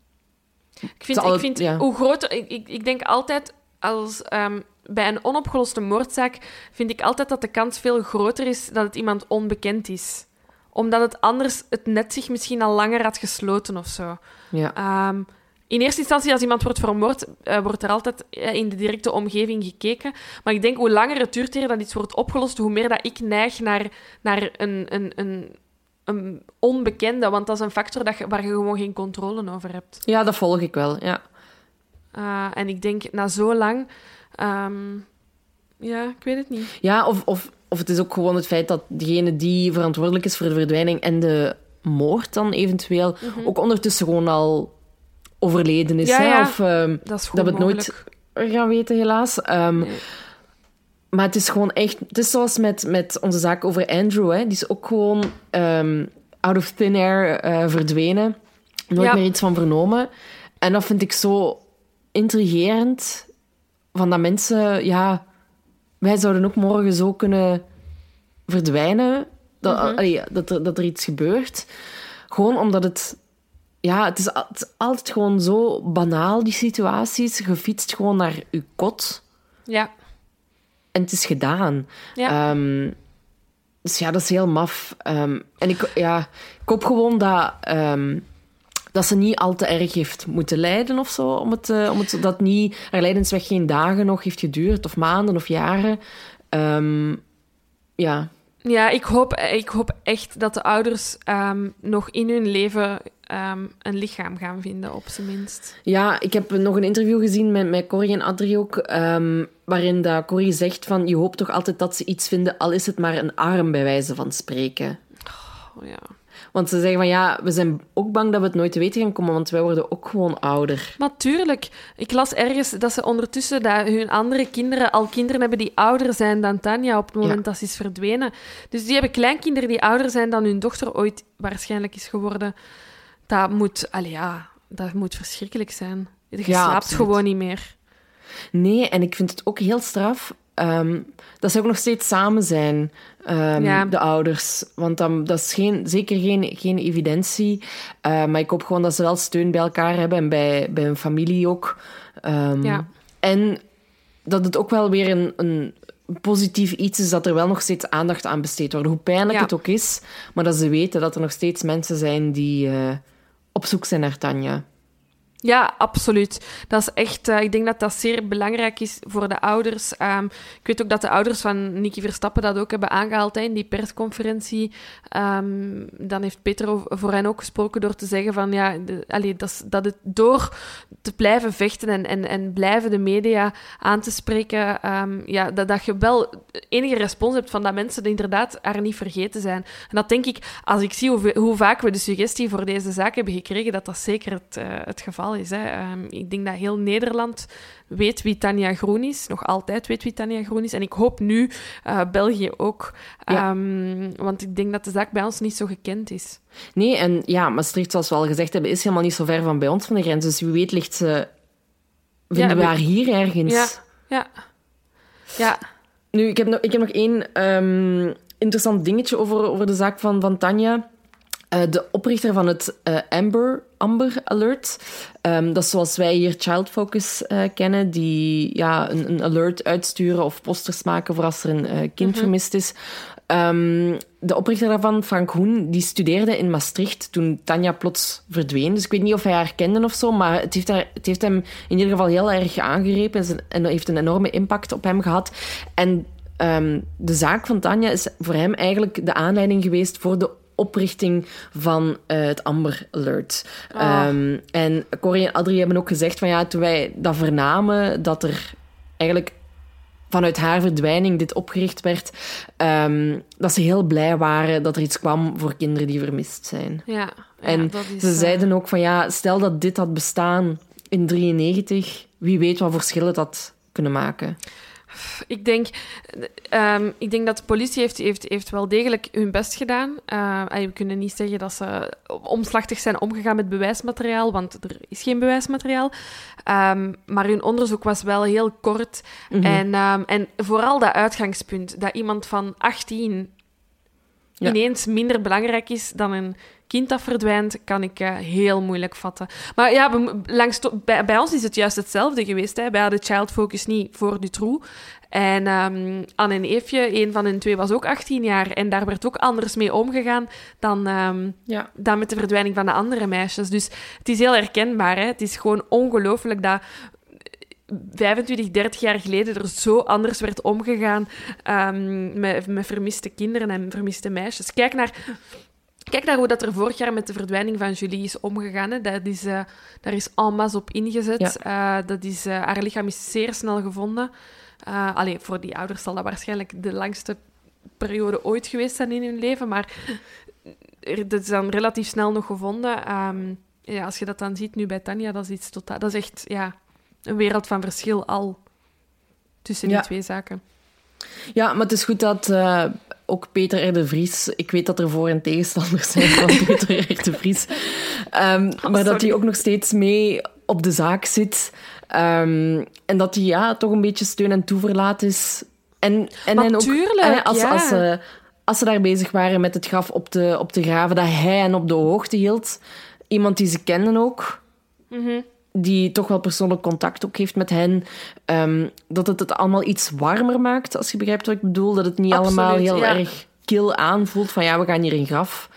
Ik vind, al, ik vind ja. hoe groter... Ik, ik, ik denk altijd... Als, um, bij een onopgeloste moordzaak vind ik altijd dat de kans veel groter is dat het iemand onbekend is. Omdat het anders het net zich misschien al langer had gesloten of zo. Ja. Um, in eerste instantie, als iemand wordt vermoord, uh, wordt er altijd uh, in de directe omgeving gekeken. Maar ik denk, hoe langer het duurt eer dat iets wordt opgelost, hoe meer dat ik neig naar, naar een, een, een, een onbekende. Want dat is een factor dat je, waar je gewoon geen controle over hebt. Ja, dat volg ik wel, ja. Uh, en ik denk, na zo lang... Um, ja, ik weet het niet. Ja, of, of, of het is ook gewoon het feit dat degene die verantwoordelijk is voor de verdwijning en de moord dan eventueel mm-hmm. ook ondertussen gewoon al overleden is. Ja, hè? ja. Of um, dat, is dat we het mogelijk. nooit gaan weten, helaas. Um, nee. Maar het is gewoon echt... Het is zoals met, met onze zaak over Andrew. Hè? Die is ook gewoon um, out of thin air uh, verdwenen. Nooit ja. meer iets van vernomen. En dat vind ik zo... intrigerend van dat mensen... Ja, wij zouden ook morgen zo kunnen verdwijnen. Dat, mm-hmm. allee, dat, er, dat er iets gebeurt. Gewoon omdat het... Ja, het is, het is altijd gewoon zo banaal, die situaties. Je fietst gewoon naar je kot. Ja. En het is gedaan. Ja. Um, dus ja, dat is heel maf. Um, en ik, ja, ik hoop gewoon dat... Um, dat ze niet al te erg heeft moeten lijden of zo. Om het, uh, om het, dat niet, haar lijdensweg geen dagen nog heeft geduurd, of maanden of jaren. Um, ja. Ja, ik hoop, ik hoop echt dat de ouders um, nog in hun leven um, een lichaam gaan vinden, op zijn minst. Ja, ik heb nog een interview gezien met, met Corrie en Adrie ook, um, waarin dat Corrie zegt van, je hoopt toch altijd dat ze iets vinden, al is het maar een arm, bij wijze van spreken. Oh, ja. Want ze zeggen van ja, we zijn ook bang dat we het nooit te weten gaan komen, want wij worden ook gewoon ouder. Maar tuurlijk. Ik las ergens dat ze ondertussen dat hun andere kinderen al kinderen hebben die ouder zijn dan Tanja op het moment ja. dat ze is verdwenen. Dus die hebben kleinkinderen die ouder zijn dan hun dochter ooit waarschijnlijk is geworden. Dat moet, allee, ja, dat moet verschrikkelijk zijn. Je ja, slaapt absoluut. Gewoon niet meer. Nee, en ik vind het ook heel straf um, dat ze ook nog steeds samen zijn, um, ja. de ouders. Want dan, dat is geen, zeker geen, geen evidentie. Uh, maar ik hoop gewoon dat ze wel steun bij elkaar hebben en bij, bij hun familie ook. Um, ja. En dat het ook wel weer een, een positief iets is dat er wel nog steeds aandacht aan besteed wordt. Hoe pijnlijk ja. het ook is, maar dat ze weten dat er nog steeds mensen zijn die uh, op zoek zijn naar Tanja. Ja, absoluut. Dat is echt... Uh, ik denk dat dat zeer belangrijk is voor de ouders. Um, ik weet ook dat de ouders van Nicky Verstappen dat ook hebben aangehaald hè, in die persconferentie. Um, dan heeft Peter voor hen ook gesproken door te zeggen van... ja, de, allee, dat, dat het door te blijven vechten en, en, en blijven de media aan te spreken... Um, ja, dat, dat je wel enige respons hebt van dat mensen inderdaad haar niet vergeten zijn. En dat denk ik, als ik zie hoe, hoe vaak we de suggestie voor deze zaak hebben gekregen, dat dat zeker het, uh, het geval is. Hè. Um, ik denk dat heel Nederland weet wie Tanja Groen is. Nog altijd weet wie Tanja Groen is. En ik hoop nu uh, België ook. Ja. Um, want ik denk dat de zaak bij ons niet zo gekend is. Nee, en ja, Maastricht, zoals we al gezegd hebben, is helemaal niet zo ver van bij ons van de grens. Dus wie weet ligt ze... Vinden ja, we haar hier ergens. Ja, ja. ja. Nu, ik heb nog, ik heb nog één um, interessant dingetje over, over de zaak van, van Tanja. Uh, de oprichter van het uh, Amber, Amber Alert, um, dat is zoals wij hier Child Focus uh, kennen, die ja, een, een alert uitsturen of posters maken voor als er een uh, kind mm-hmm. vermist is. Um, de oprichter daarvan, Frank Hoen, die studeerde in Maastricht toen Tanja plots verdween. Dus ik weet niet of hij haar kende of zo, maar het heeft, haar, het heeft hem in ieder geval heel erg aangegrepen en, en heeft een enorme impact op hem gehad. En um, de zaak van Tanja is voor hem eigenlijk de aanleiding geweest voor de oprichting van uh, het Amber Alert. Oh. Um, en Corrie en Adrie hebben ook gezegd van ja, toen wij dat vernamen, dat er eigenlijk vanuit haar verdwijning dit opgericht werd, um, dat ze heel blij waren dat er iets kwam voor kinderen die vermist zijn. Ja, ja, en dat is, ze zeiden ook van ja, stel dat dit had bestaan in drieënnegentig, wie weet wat verschillen dat kunnen maken. Ik denk, um, ik denk dat de politie heeft, heeft, heeft wel degelijk hun best gedaan. Uh, we kunnen niet zeggen dat ze omslachtig zijn omgegaan met bewijsmateriaal, want er is geen bewijsmateriaal. Um, maar hun onderzoek was wel heel kort. Mm-hmm. En, um, en vooral dat uitgangspunt, dat iemand van achttien ja. ineens minder belangrijk is dan een kind dat verdwijnt, kan ik uh, heel moeilijk vatten. Maar ja, we, langs to- bij, bij ons is het juist hetzelfde geweest. Hè. Wij hadden Child Focus niet voor Dutroux. En um, Anne en Eefje, een van hen twee, was ook achttien jaar. En daar werd ook anders mee omgegaan dan, um, ja. dan met de verdwijning van de andere meisjes. Dus het is heel herkenbaar. Hè. Het is gewoon ongelooflijk dat vijfentwintig, dertig jaar geleden er zo anders werd omgegaan um, met, met vermiste kinderen en vermiste meisjes. Kijk naar... Kijk naar hoe dat er vorig jaar met de verdwijning van Julie is omgegaan. Hè. Dat is, uh, daar is en masse op ingezet. Ja. Uh, dat is, uh, haar lichaam is zeer snel gevonden. Uh, allee, voor die ouders zal dat waarschijnlijk de langste periode ooit geweest zijn in hun leven. Maar dat is dan relatief snel nog gevonden. Um, ja, als je dat dan ziet nu bij Tanja, dat is iets totaal... Dat is echt ja, een wereld van verschil al tussen die ja. twee zaken. Ja, maar het is goed dat... Uh... Ook Peter R. de Vries. Ik weet dat er voor- en tegenstanders zijn van Peter R. de Vries. Um, oh, maar dat hij ook nog steeds mee op de zaak zit. Um, en dat hij ja, toch een beetje steun en toeverlaat is. En, en, maar en ook tuurlijk, eh, als, ja. als, ze, als ze daar bezig waren met het graf op te, op te graven, dat hij hen op de hoogte hield. Iemand die ze kenden ook. Mm-hmm. Die toch wel persoonlijk contact ook heeft met hen. Um, dat het het allemaal iets warmer maakt, als je begrijpt wat ik bedoel. Dat het niet Absoluut, allemaal heel ja. erg kil aanvoelt van ja, we gaan hier een graf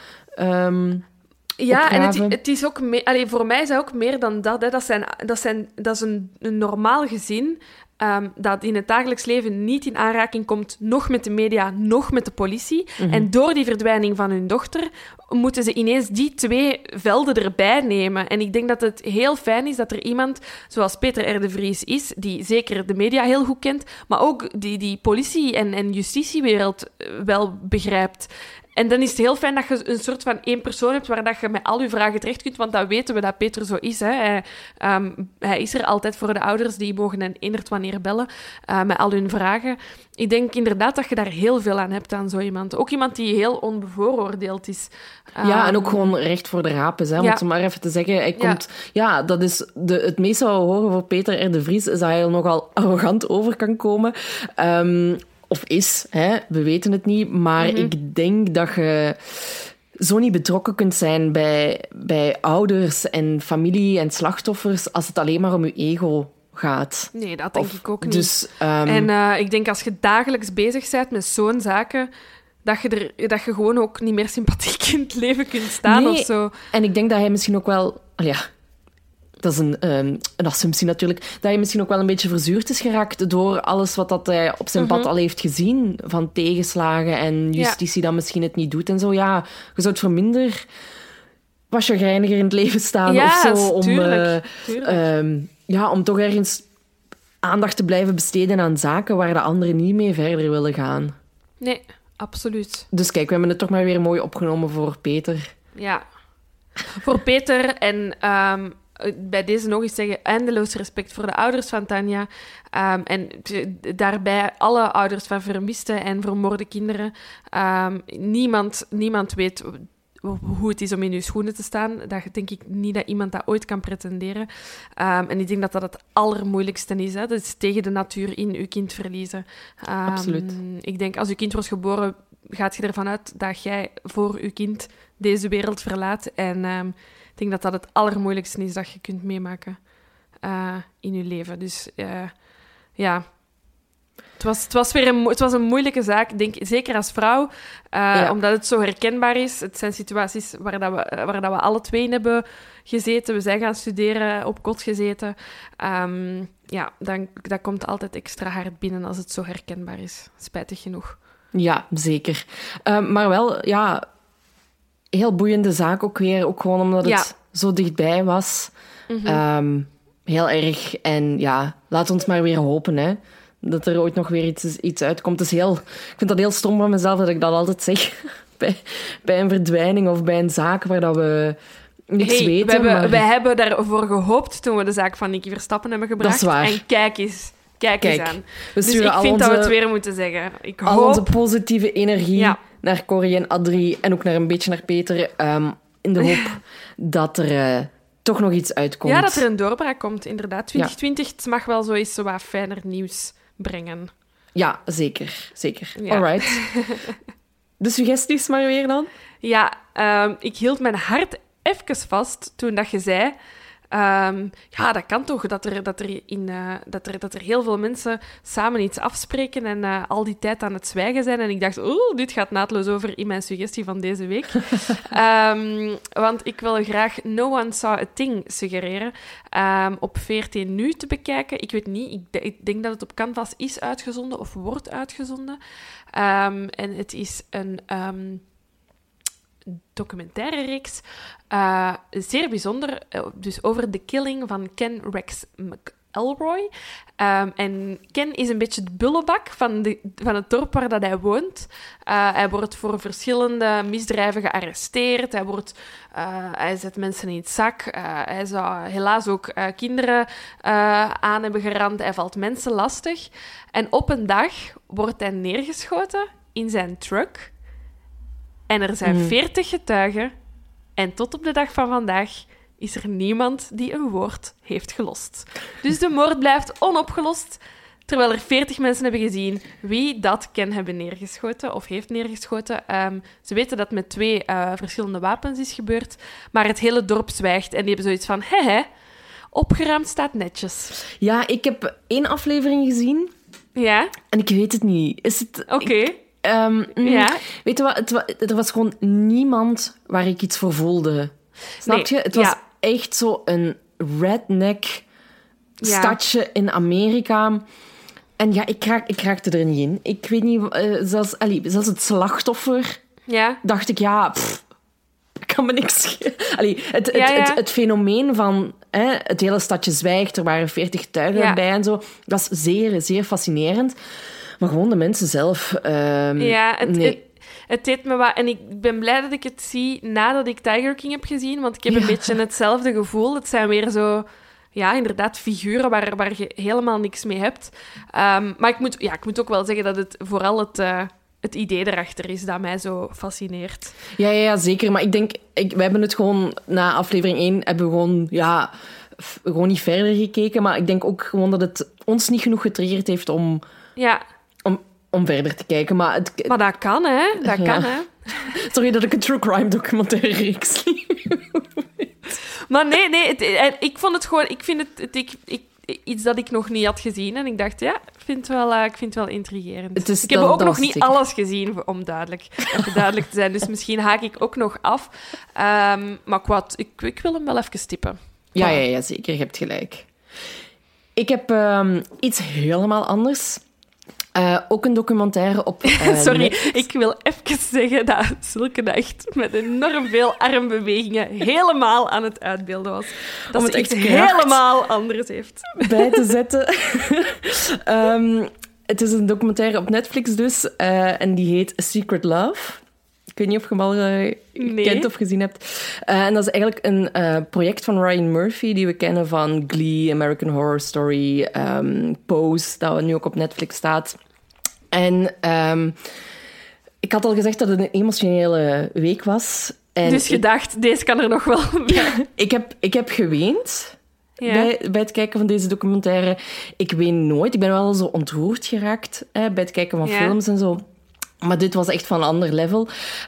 um, Ja, opgraven. en het, het is ook... Me- Allee, voor mij is dat ook meer dan dat. Hè. Dat, zijn, dat, zijn, dat is een, een normaal gezin um, dat in het dagelijks leven niet in aanraking komt, nog met de media, nog met de politie. Mm-hmm. En door die verdwijning van hun dochter moeten ze ineens die twee velden erbij nemen. En ik denk dat het heel fijn is dat er iemand zoals Peter R. de Vries is, die zeker de media heel goed kent, maar ook die, die politie- en, en justitiewereld wel begrijpt. En dan is het heel fijn dat je een soort van één persoon hebt waar dat je met al je vragen terecht kunt, want dat weten we dat Peter zo is. Hè. Hij, um, hij is er altijd voor de ouders, die mogen hen eenderd wanneer bellen uh, met al hun vragen. Ik denk inderdaad dat je daar heel veel aan hebt aan zo iemand. Ook iemand die heel onbevooroordeeld is. Um, ja, en ook gewoon recht voor de raap is. Hè, om ja. het maar even te zeggen. Hij komt, ja. ja, dat is de, het meeste wat we horen voor Peter R. de Vries, is dat hij er nogal arrogant over kan komen. Um, Of is, hè? We weten het niet. Maar mm-hmm. ik denk dat je zo niet betrokken kunt zijn bij, bij ouders en familie en slachtoffers als het alleen maar om je ego gaat. Nee, dat denk of, ik ook niet. Dus, um... En uh, ik denk als je dagelijks bezig bent met zo'n zaken, dat je, er, dat je gewoon ook niet meer sympathiek in het leven kunt staan nee. of zo. En ik denk dat hij misschien ook wel... Ja, dat is een, um, een assumptie natuurlijk, dat hij misschien ook wel een beetje verzuurd is geraakt door alles wat dat hij op zijn mm-hmm. pad al heeft gezien. Van tegenslagen en justitie ja. dat misschien het niet doet en zo. Ja, je zou het voor minder wat chagrijniger in het leven staan ja, of zo. Om, tuurlijk, uh, tuurlijk. Um, ja, om toch ergens aandacht te blijven besteden aan zaken waar de anderen niet mee verder willen gaan. Nee, absoluut. Dus kijk, we hebben het toch maar weer mooi opgenomen voor Peter. Ja, voor Peter en... Um, bij deze nog eens zeggen, eindeloos respect voor de ouders van Tanja. Um, en daarbij alle ouders van vermiste en vermoorde kinderen. Um, niemand, niemand weet hoe het is om in uw schoenen te staan. Dat denk ik niet dat iemand dat ooit kan pretenderen. Um, en ik denk dat dat het allermoeilijkste is. Hè? Dat is tegen de natuur in uw kind verliezen. Um, Absoluut. Ik denk, als uw kind wordt geboren, gaat je ervan uit dat jij voor uw kind deze wereld verlaat. En... Um, Ik denk dat dat het allermoeilijkste is dat je kunt meemaken uh, in je leven. Dus uh, ja, het was, het, was weer een, het was een moeilijke zaak, denk, zeker als vrouw, uh, ja. omdat het zo herkenbaar is. Het zijn situaties waar, dat we, waar dat we alle twee in hebben gezeten. We zijn gaan studeren, op kot gezeten. Um, ja, dan, dat komt altijd extra hard binnen als het zo herkenbaar is. Spijtig genoeg. Ja, zeker. Uh, maar wel, ja... Heel boeiende zaak ook weer. Ook gewoon omdat het ja. zo dichtbij was. Mm-hmm. Um, heel erg. En ja, laat ons maar weer hopen, hè. Dat er ooit nog weer iets, iets uitkomt. Het is heel, ik vind dat heel stom van mezelf dat ik dat altijd zeg. bij, bij een verdwijning of bij een zaak waar dat we niks hey, weten. We hebben, maar... wij hebben daarvoor gehoopt toen we de zaak van Nicky Verstappen hebben gebracht. Dat is waar. En kijk eens. Kijk, kijk eens aan. We dus ik vind onze, dat we het weer moeten zeggen. Ik hoop... Al onze positieve energie... Ja. Naar Corrie en Adrie en ook naar een beetje naar Peter, um, in de hoop dat er uh, toch nog iets uitkomt. Ja, dat er een doorbraak komt, inderdaad. twintig twintig, ja. Het mag wel zo eens zo wat fijner nieuws brengen. Ja, zeker. Zeker. Ja. All right. De suggesties maar weer dan? Ja, um, ik hield mijn hart even vast toen dat je zei... Um, ja, dat kan toch, dat er, dat, er in, uh, dat, er, dat er heel veel mensen samen iets afspreken en uh, al die tijd aan het zwijgen zijn. En ik dacht, oeh, dit gaat naadloos over in mijn suggestie van deze week. um, want ik wil graag No One Saw a Thing suggereren. Um, op V R T Nu te bekijken. Ik weet niet, ik, de, ik denk dat het op Canvas is uitgezonden of wordt uitgezonden. Um, en het is een... Um, documentaire reeks. Uh, zeer bijzonder. Uh, dus over de killing van Ken Rex McElroy. Um, en Ken is een beetje de bullebak van, de, van het dorp waar dat hij woont. Uh, hij wordt voor verschillende misdrijven gearresteerd. Hij, wordt, uh, hij zet mensen in het zak. Uh, hij zou helaas ook uh, kinderen uh, aan hebben gerand. Hij valt mensen lastig. En op een dag wordt hij neergeschoten in zijn truck. En er zijn veertig getuigen. En tot op de dag van vandaag is er niemand die een woord heeft gelost. Dus de moord blijft onopgelost, terwijl er veertig mensen hebben gezien wie dat Ken hebben neergeschoten of heeft neergeschoten. Um, ze weten dat het met twee uh, verschillende wapens is gebeurd, maar het hele dorp zwijgt en die hebben zoiets van, hé, hé, opgeruimd staat netjes. Ja, ik heb één aflevering gezien. Ja? En ik weet het niet. Is het... Oké. Okay. Um, ja. Weet je wat? Het, er was gewoon niemand waar ik iets voor voelde. Snap nee, je? Het was ja. echt zo een redneck stadje ja. in Amerika. En ja, ik, raak, ik raakte er niet in. Ik weet niet... Uh, zelfs, allee, zelfs het slachtoffer... Ja. Dacht ik, ja... Pff, kan me niks schelen. Allee, het, het, ja, ja. het, het fenomeen van... Hè, het hele stadje zwijgt, er waren veertig tuigen ja. bij en zo. Dat is zeer, zeer fascinerend. Maar gewoon de mensen zelf... Um, ja, het, nee. het, Het deed me wat... En ik ben blij dat ik het zie nadat ik Tiger King heb gezien, want ik heb ja. een beetje hetzelfde gevoel. Het zijn weer zo... Ja, inderdaad, figuren waar, waar je helemaal niks mee hebt. Um, maar ik moet, ja, ik moet ook wel zeggen dat het vooral het... Uh, het idee erachter is dat mij zo fascineert. Ja, ja, ja zeker. Maar ik denk, ik, we hebben het gewoon na aflevering één hebben we gewoon, ja, f- gewoon niet verder gekeken. Maar ik denk ook gewoon dat het ons niet genoeg getriggerd heeft om, ja. om, om verder te kijken. Maar, het, maar dat kan, hè? Dat ja. kan, hè? Sorry dat ik een true crime documentaire reeks liep. Maar nee, nee. Het, ik vond het gewoon... Ik vind het... het ik, ik, iets dat ik nog niet had gezien. En ik dacht, ja, ik vind het wel, uh, ik vind het wel intrigerend. Het is ik heb dat, ook dat nog niet zeker. alles gezien, om duidelijk, even duidelijk te zijn. Dus misschien haak ik ook nog af. Um, maar wat, ik, ik wil hem wel even tippen. Ja, ja, ja, zeker. Je hebt gelijk. Ik heb um, iets helemaal anders. Uh, ook een documentaire op uh, Sorry, Netflix. Ik wil even zeggen dat Silke echt met enorm veel armbewegingen helemaal aan het uitbeelden was. Dat Om ze het echt echt helemaal anders heeft. Bij te zetten. um, het is een documentaire op Netflix dus. Uh, en die heet A Secret Love. Ik weet niet of je hem al uh, nee. kent of gezien hebt. Uh, en dat is eigenlijk een uh, project van Ryan Murphy, die we kennen van Glee, American Horror Story, um, Pose, dat nu ook op Netflix staat. En um, ik had al gezegd dat het een emotionele week was. En dus je ik, dacht, deze kan er nog wel bij. ik, heb, ik heb geweend ja. bij, bij het kijken van deze documentaire. Ik ween nooit. Ik ben wel zo ontroerd geraakt hè, bij het kijken van ja. films en zo. Maar dit was echt van een ander level.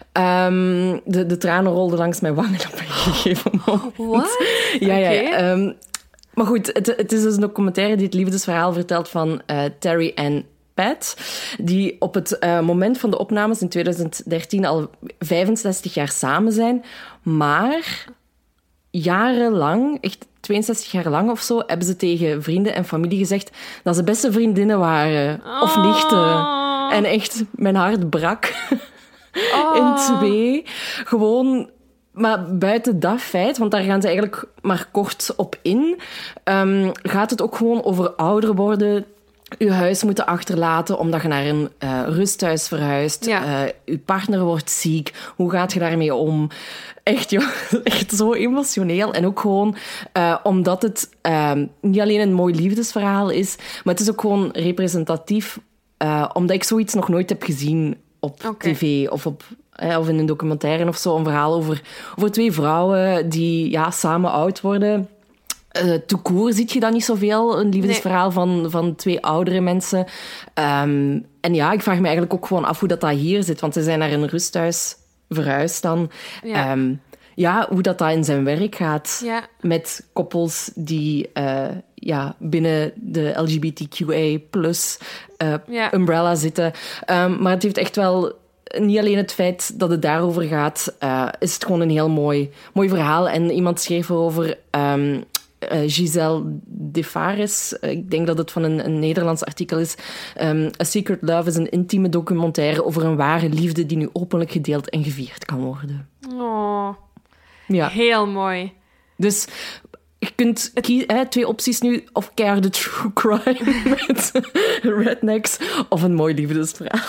Um, de, de tranen rolden langs mijn wangen op een gegeven moment. Wat? Ja, ja. Okay. Um, maar goed, het, het is dus een documentaire die het liefdesverhaal vertelt van uh, Terry en Pat, die op het uh, moment van de opnames in twintig dertien al vijfenzestig jaar samen zijn. Maar jarenlang, echt tweeënzestig jaar lang of zo, hebben ze tegen vrienden en familie gezegd dat ze beste vriendinnen waren. Oh. Of nichten. En echt, mijn hart brak oh. in twee. Gewoon... Maar buiten dat feit, want daar gaan ze eigenlijk maar kort op in, um, gaat het ook gewoon over ouder worden, je huis moeten achterlaten omdat je naar een uh, rusthuis verhuist. Ja. Uh, je partner wordt ziek. Hoe gaat je daarmee om? Echt, joh, echt zo emotioneel. En ook gewoon uh, omdat het uh, niet alleen een mooi liefdesverhaal is, maar het is ook gewoon representatief, uh, omdat ik zoiets nog nooit heb gezien op okay. tv of op... of in een documentaire of zo, een verhaal over, over twee vrouwen die ja, samen oud worden. Uh, tout court ziet je dat niet zoveel, een liefdesverhaal nee. van, van twee oudere mensen. Um, en ja, ik vraag me eigenlijk ook gewoon af hoe dat, dat hier zit, want ze zijn naar een rusthuis verhuisd dan. Ja, um, ja hoe dat, dat in zijn werk gaat ja. met koppels die uh, ja, binnen de L G B T Q A plus uh, ja. umbrella zitten. Um, maar het heeft echt wel... Niet alleen het feit dat het daarover gaat, uh, is het gewoon een heel mooi, mooi verhaal. En iemand schreef erover, um, uh, Giselle Defares, uh, ik denk dat het van een, een Nederlands artikel is. Um, A Secret Love is een intieme documentaire over een ware liefde die nu openlijk gedeeld en gevierd kan worden. Oh, ja. Heel mooi. Dus... Je kunt kiezen, hè, twee opties nu, of keiharde true crime met rednecks, of een mooi liefdesverhaal.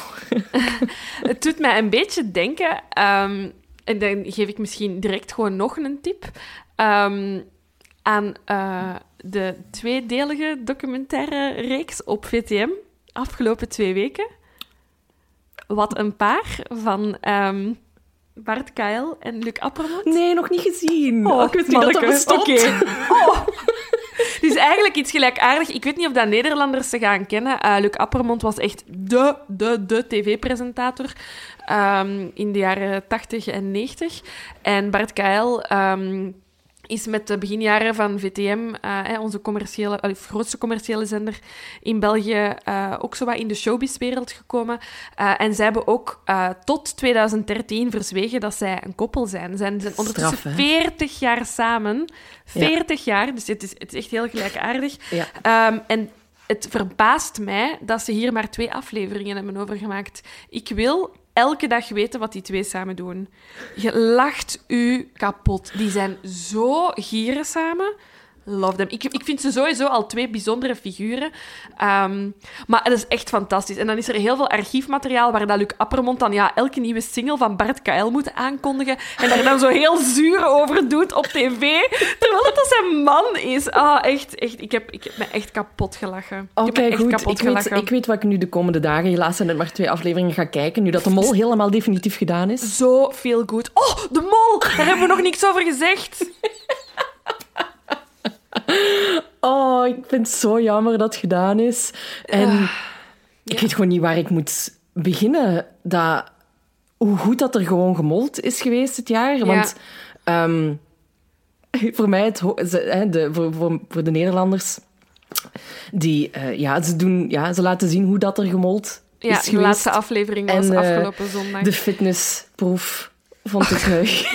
Het doet mij een beetje denken, um, en dan geef ik misschien direct gewoon nog een tip, um, aan uh, de tweedelige documentaire reeks op V T M, afgelopen twee weken. Wat een paar van... Um, Bart Kael en Luc Appermond. Nee, nog niet gezien. Oh, ik weet niet dat dat bestond. Okay. Oh. Het is eigenlijk iets gelijkaardig. Ik weet niet of dat Nederlanders ze gaan kennen. Uh, Luc Appermond was echt de, de, de tv-presentator um, in de jaren tachtig en negentig. En Bart Kael... Um, is met de beginjaren van V T M, uh, onze commerciële, uh, grootste commerciële zender in België, uh, ook zo wat in de showbizwereld gekomen. Uh, en zij hebben ook uh, tot twintig dertien verzwegen dat zij een koppel zijn. Ze zijn, zijn ondertussen Straf, veertig jaar samen. veertig ja. jaar, dus het is, het is echt heel gelijkaardig. Ja. Um, en het verbaast mij dat ze hier maar twee afleveringen hebben over gemaakt. Ik wil... elke dag weten wat die twee samen doen. Je lacht u kapot. Die zijn zo gieren samen. love them. Ik, ik vind ze sowieso al twee bijzondere figuren. Um, maar het is echt fantastisch. En dan is er heel veel archiefmateriaal waar dat Luc Appermond dan ja, elke nieuwe single van Bart K L moet aankondigen. En daar dan zo heel zuur over doet op tv. Terwijl het zijn man is. Ah, oh, echt, echt. Ik heb, ik heb me echt kapot gelachen. Oké, okay, goed. Ik weet, ik weet wat ik nu de komende dagen, helaas zijn er maar twee afleveringen, ga kijken. Nu dat de mol helemaal definitief gedaan is. Zo veel goed. Oh, de mol! Daar hebben we nog niks over gezegd. Oh, ik vind het zo jammer dat het gedaan is. En uh, ik ja. weet gewoon niet waar ik moet beginnen. Dat, hoe goed dat er gewoon gemold is geweest dit jaar. Ja. Want um, voor mij, het, ze, de, voor, voor, voor de Nederlanders, die, uh, ja, ze, doen, ja, ze laten zien hoe dat er gemold ja, is geweest. Ja, de laatste aflevering was en, afgelopen uh, zondag. De fitnessproef vond ik leuk.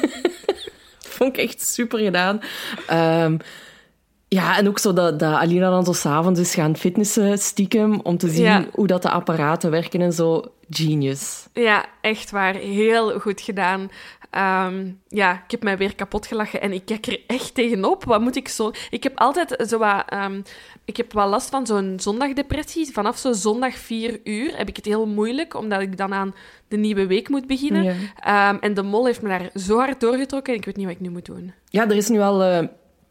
Vond ik echt super gedaan. Um, Ja, en ook zo dat, dat Alina dan zo 's avonds is gaan fitnessen stiekem om te zien ja. hoe dat de apparaten werken en zo. Genius. Ja, echt waar. Heel goed gedaan. Um, ja, ik heb mij weer kapot gelachen en ik kijk er echt tegenop. Wat moet ik zo... Ik heb altijd zo wat... Um, ik heb wel last van zo'n zondagdepressie. Vanaf zo'n zondag vier uur heb ik het heel moeilijk, omdat ik dan aan de nieuwe week moet beginnen. Ja. Um, en de mol heeft me daar zo hard doorgetrokken en ik weet niet wat ik nu moet doen. Ja, er is nu al... Uh...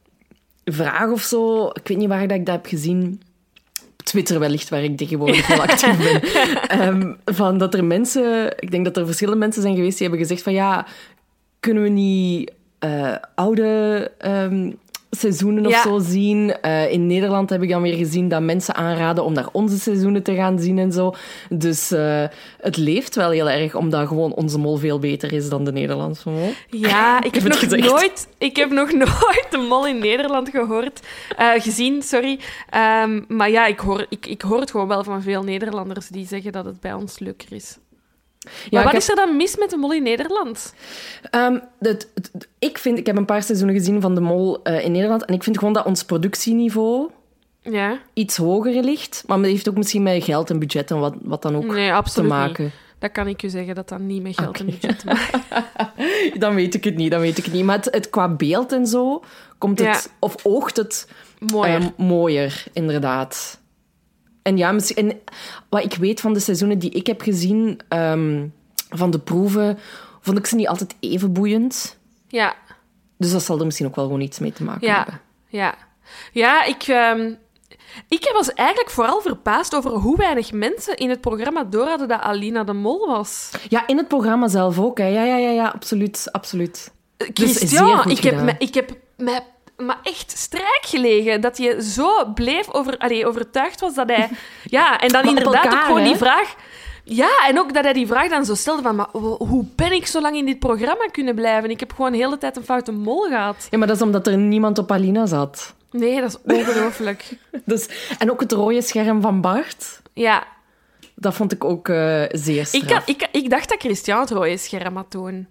vraag of zo. Ik weet niet waar dat ik dat heb gezien. Op Twitter wellicht, waar ik tegenwoordig wel actief ben. um, van dat er mensen... Ik denk dat er verschillende mensen zijn geweest die hebben gezegd van ja, kunnen we niet uh, oude um, seizoenen of ja. zo zien? Uh, in Nederland heb ik dan weer gezien dat mensen aanraden om naar onze seizoenen te gaan zien en zo. Dus uh, het leeft wel heel erg, omdat gewoon onze mol veel beter is dan de Nederlandse mol. Ja, ik heb, nog nooit, ik heb nog nooit de mol in Nederland gehoord. Uh, gezien, sorry. Um, maar ja, ik hoor, ik, ik hoor het gewoon wel van veel Nederlanders die zeggen dat het bij ons leuker is. Maar ja, wat heb... is er dan mis met de mol in Nederland? Um, het, het, ik, vind, ik heb een paar seizoenen gezien van de mol uh, in Nederland en ik vind gewoon dat ons productieniveau ja. iets hoger ligt. Maar het heeft ook misschien met geld en budget en wat, wat dan ook nee, absoluut te maken. Niet. Dat kan ik u zeggen, dat dat niet met geld okay. en budget te maken. Dan weet ik het niet, dan weet ik het niet. Maar het, het, qua beeld en zo komt het... Ja. Of oogt het mooier. Um, mooier, inderdaad. En ja, misschien, en wat ik weet van de seizoenen die ik heb gezien, um, van de proeven, vond ik ze niet altijd even boeiend. Ja. Dus dat zal er misschien ook wel gewoon iets mee te maken ja. hebben. Ja, ja ik, um, ik was eigenlijk vooral verbaasd over hoe weinig mensen in het programma door hadden dat Alina de Mol was. Ja, in het programma zelf ook. Hè. Ja, ja, ja, ja, absoluut, absoluut. Christian, dus ik, heb me, ik heb mij... maar echt strijk gelegen dat je zo bleef over, allee, overtuigd was dat hij... Ja, en dan inderdaad elkaar, ook gewoon hè? die vraag... Ja, en ook dat hij die vraag dan zo stelde van... Maar hoe ben ik zo lang in dit programma kunnen blijven? Ik heb gewoon de hele tijd een foute mol gehad. Ja, maar dat is omdat er niemand op Alina zat. Nee, dat is ongelooflijk. Dus, en ook het rode scherm van Bart. Ja. Dat vond ik ook uh, zeer straf. Ik, had, ik, ik dacht dat Christian het rode scherm had toen.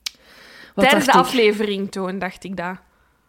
Wat Tijdens de ik? aflevering toen, dacht ik dat.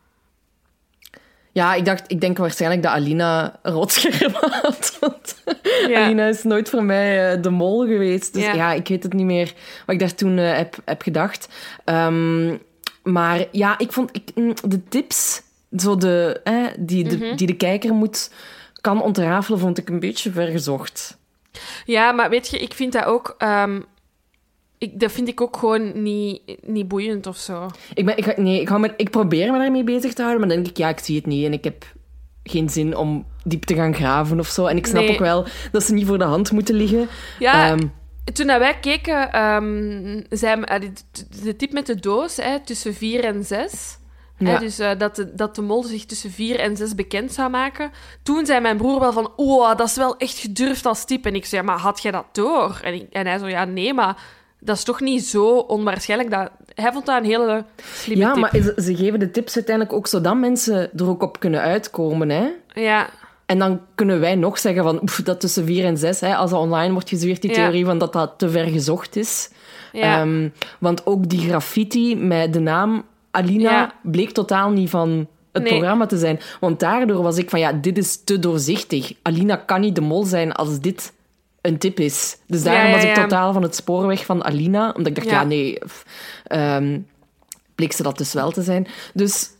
Ja, ik, dacht, ik denk waarschijnlijk dat Alina een rood scherm had. Want ja. Alina is nooit voor mij uh, de mol geweest. Dus ja. ja, ik weet het niet meer wat ik daar toen uh, heb, heb gedacht. Um, maar ja, ik vond ik, de tips zo de, eh, die, de, mm-hmm. die de kijker moet, kan ontrafelen, vond ik een beetje vergezocht. Ja, maar weet je, ik vind dat ook... Um... Ik, dat vind ik ook gewoon niet, niet boeiend of zo. Ik, ben, ik, ga, nee, ik, ga me, ik probeer me daarmee bezig te houden, maar dan denk ik, ja, ik zie het niet en ik heb geen zin om diep te gaan graven of zo. En ik snap nee. ook wel dat ze niet voor de hand moeten liggen. Ja, um, toen wij keken, um, zei, de, de tip met de doos, hè, tussen vier en zes... Ja. Hè, dus uh, dat, de, dat de mol zich tussen vier en zes bekend zou maken. Toen zei mijn broer wel van... Oh, dat is wel echt gedurfd als tip. En ik zei, maar had jij dat door? En, ik, en hij zo, ja, nee, maar... Dat is toch niet zo onwaarschijnlijk. Dat... Hij vond dat een hele slimme ja, tip. Ja, maar ze, ze geven de tips uiteindelijk ook zodat mensen er ook op kunnen uitkomen. Hè? Ja. En dan kunnen wij nog zeggen van... Oef, dat tussen vier en zes, hè, als dat online wordt gezweerd, die theorie ja. van dat dat te ver gezocht is. Ja. Um, want ook die graffiti met de naam Alina ja. bleek totaal niet van het nee. programma te zijn. Want daardoor was ik van, ja, dit is te doorzichtig. Alina kan niet de mol zijn als dit... een tip is. Dus daarom ja, ja, ja. was ik totaal van het spoor weg van Alina. Omdat ik dacht, ja, ja nee... Um, bleek ze dat dus wel te zijn. Dus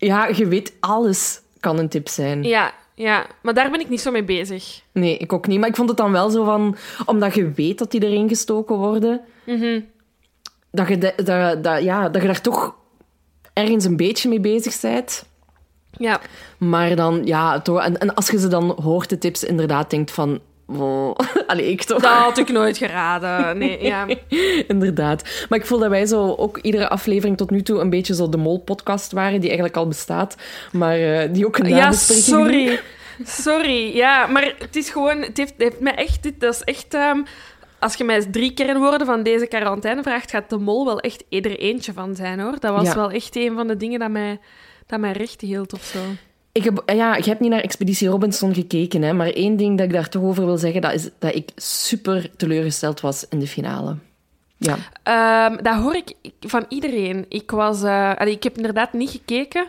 Ja, je weet, alles kan een tip zijn. Ja, ja, maar daar ben ik niet zo mee bezig. Nee, ik ook niet. Maar ik vond het dan wel zo van... Omdat je weet dat die erin gestoken worden... Mm-hmm. Dat, je de, dat, dat, ja, dat je daar toch ergens een beetje mee bezig bent. Ja. Maar dan, ja... Toch, en, en als je ze dan hoort, de tips, inderdaad denkt van... Wow. Allee, ik toch. Dat had ik nooit geraden. Nee, ja. Inderdaad. Maar ik voel dat wij zo ook iedere aflevering tot nu toe een beetje zo de Mol-podcast waren, die eigenlijk al bestaat, maar uh, die ook een nabespreking Ja, sorry. doen. Sorry. Ja, maar het is gewoon... Het heeft, het heeft mij echt... Dit, dat is echt... Um, als je mij drie kernwoorden van deze quarantaine vraagt, gaat de Mol wel echt er eentje van zijn, hoor. Dat was ja. wel echt een van de dingen dat mij, dat mij recht hield, of zo. Ik heb, ja, je hebt niet naar Expeditie Robinson gekeken, hè, maar één ding dat ik daar toch over wil zeggen, dat is dat ik super teleurgesteld was in de finale. Ja. Um, dat hoor ik van iedereen. Ik, was, uh, allee, ik heb inderdaad niet gekeken,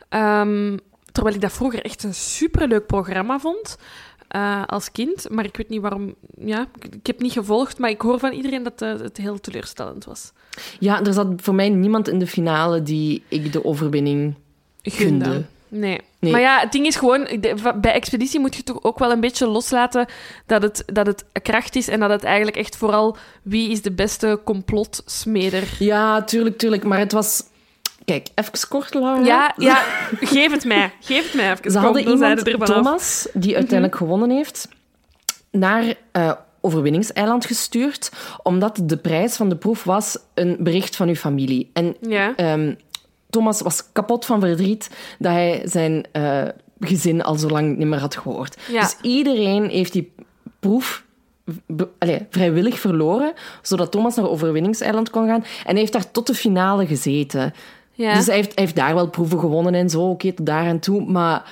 um, terwijl ik dat vroeger echt een superleuk programma vond, uh, als kind. Maar ik weet niet waarom... Ja, ik heb niet gevolgd, maar ik hoor van iedereen dat uh, het heel teleurstellend was. Ja, er zat voor mij niemand in de finale die ik de overwinning gunde. gunde. Nee. nee. Maar ja, het ding is gewoon... Bij Expeditie moet je toch ook wel een beetje loslaten dat het, dat het kracht is en dat het eigenlijk echt vooral wie is de beste complotsmeder. Ja, tuurlijk, tuurlijk. Maar het was... Kijk, even kort, Laura. Ja, ja, geef het mij. Geef het mij even. Ze hadden iemand, Thomas, die uiteindelijk mm-hmm. gewonnen heeft, naar uh, Overwinningseiland gestuurd, omdat de prijs van de proef was een bericht van uw familie. En... Ja. Um, Thomas was kapot van verdriet dat hij zijn uh, gezin al zo lang niet meer had gehoord. Ja. Dus iedereen heeft die proef be- allez, vrijwillig verloren, zodat Thomas naar Overwinningseiland kon gaan. En hij heeft daar tot de finale gezeten. Ja. Dus hij heeft, hij heeft daar wel proeven gewonnen en zo, oké, okay, tot daar en toe. Maar...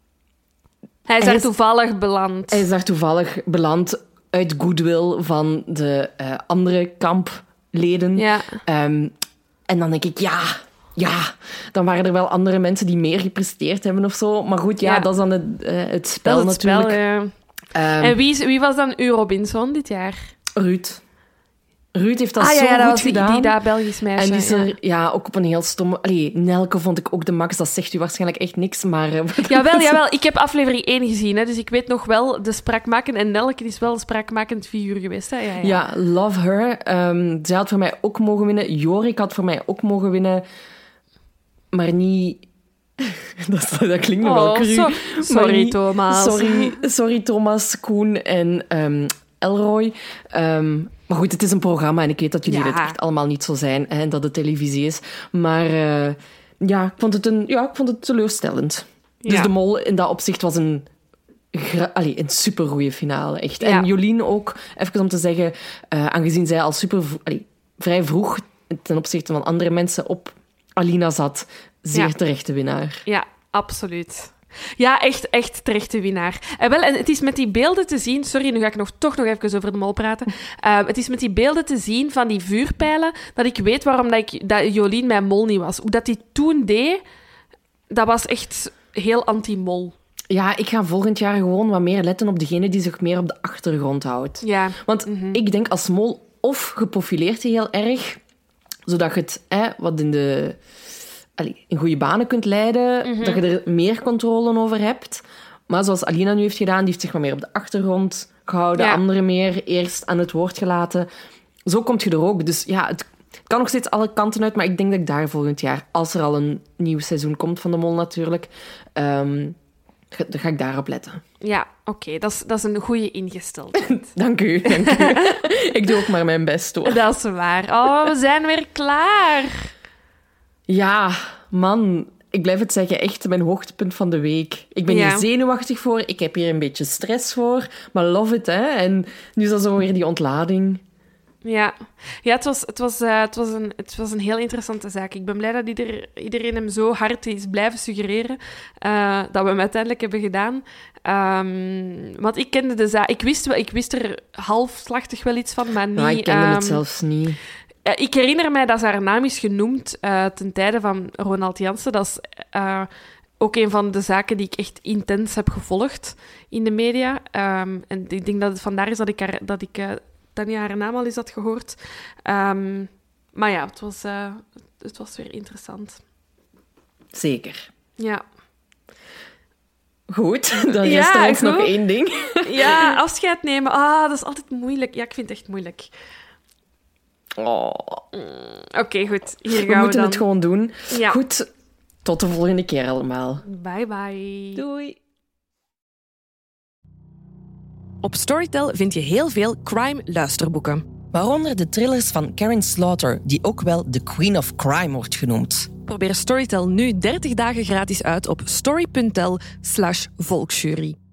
Hij is hij daar is, toevallig beland. Hij is daar toevallig beland uit goodwill van de uh, andere kampleden. Ja. Um, en dan denk ik, ja... Ja, dan waren er wel andere mensen die meer gepresteerd hebben of zo. Maar goed, ja, ja. dat is dan het, uh, het spel dat is het natuurlijk. Spel, ja. um, en wie, wie was dan uw Robinson dit jaar? Ruud. Ruud heeft dat ah, zo ja, ja, dat goed was die, gedaan. Die daar Belgisch meisje. En die is er ja. ja, ook op een heel stomme... Allee, Nelke vond ik ook de max. Dat zegt u waarschijnlijk echt niks, maar... Uh, jawel, jawel. Ik heb aflevering één gezien, hè, dus ik weet nog wel de spraakmakend. En Nelke is wel een spraakmakend figuur geweest. Hè? Ja, ja. ja, love her. Um, zij had voor mij ook mogen winnen. Jorik had voor mij ook mogen winnen. Maar niet... dat, dat klinkt nog oh, wel cru. So, sorry, niet, Thomas. Sorry, sorry, Thomas, Koen en um, Elroy. Um, maar goed, het is een programma en ik weet dat jullie ja. het echt allemaal niet zo zijn hè, en dat het televisie is. Maar uh, ja, ik vond het, een, ja, ik vond het teleurstellend. Ja. Dus de Mol in dat opzicht was een... Gra- Allee, een supergoeie finale, echt. En ja. Jolien ook, even om te zeggen, uh, aangezien zij al super... Allee, vrij vroeg ten opzichte van andere mensen op Alina zat, zeer ja. terechte winnaar. Ja, absoluut. Ja, echt, echt terechte winnaar. En, wel, en het is met die beelden te zien... Sorry, nu ga ik nog, toch nog even over de Mol praten. Uh, het is met die beelden te zien van die vuurpijlen dat ik weet waarom dat, ik, dat Jolien mijn Mol niet was. Hoe dat die toen deed, dat was echt heel anti-Mol. Ja, ik ga volgend jaar gewoon wat meer letten op degene die zich meer op de achtergrond houdt. Ja. Want mm-hmm. ik denk als Mol of geprofileert je heel erg, zodat je het eh, wat in de... Allee, in goede banen kunt leiden, mm-hmm. dat je er meer controle over hebt. Maar zoals Alina nu heeft gedaan, die heeft zich wat meer op de achtergrond gehouden, ja. anderen meer eerst aan het woord gelaten. Zo kom je er ook. Dus ja, het, het kan nog steeds alle kanten uit, maar ik denk dat ik daar volgend jaar, als er al een nieuw seizoen komt van de Mol natuurlijk, um, ga, dan ga ik daarop letten. Ja, oké. Okay. Dat is, dat is een goede ingesteldheid. Dank u, dank u. Ik doe ook maar mijn best, hoor. Dat is waar. Oh, we zijn weer klaar. Ja, man, ik blijf het zeggen, echt mijn hoogtepunt van de week. Ik ben ja. hier zenuwachtig voor, ik heb hier een beetje stress voor, maar love it, hè. En nu is dat zo weer die ontlading. Ja, ja het, was, het, was, uh, het, was een, het was een heel interessante zaak. Ik ben blij dat ieder, iedereen hem zo hard is blijven suggereren, uh, dat we hem uiteindelijk hebben gedaan. Um, want ik kende de zaak... Ik wist, wel, ik wist er halfslachtig wel iets van, maar niet... Ja, ik kende um, het zelfs niet. Ik herinner mij dat haar naam is genoemd uh, ten tijde van Ronald Jansen. Dat is uh, ook een van de zaken die ik echt intens heb gevolgd in de media. Um, en ik denk dat het vandaar is dat ik, haar, dat ik uh, dan niet haar naam al eens had gehoord. Um, maar ja, het was, uh, het was weer interessant. Zeker. Ja. Goed, dan rest er ons nog één ding. Ja, afscheid nemen. Ah, dat is altijd moeilijk. Ja, ik vind het echt moeilijk. Oh. Mm, Oké, okay, goed. Hier gaan we, we moeten dan. het gewoon doen. Ja. Goed, tot de volgende keer allemaal. Bye bye. Doei. Op Storytel vind je heel veel crime-luisterboeken. Waaronder de thrillers van Karen Slaughter, die ook wel de Queen of Crime wordt genoemd. Probeer Storytel nu dertig dagen gratis uit op story punt tel slash volksjury.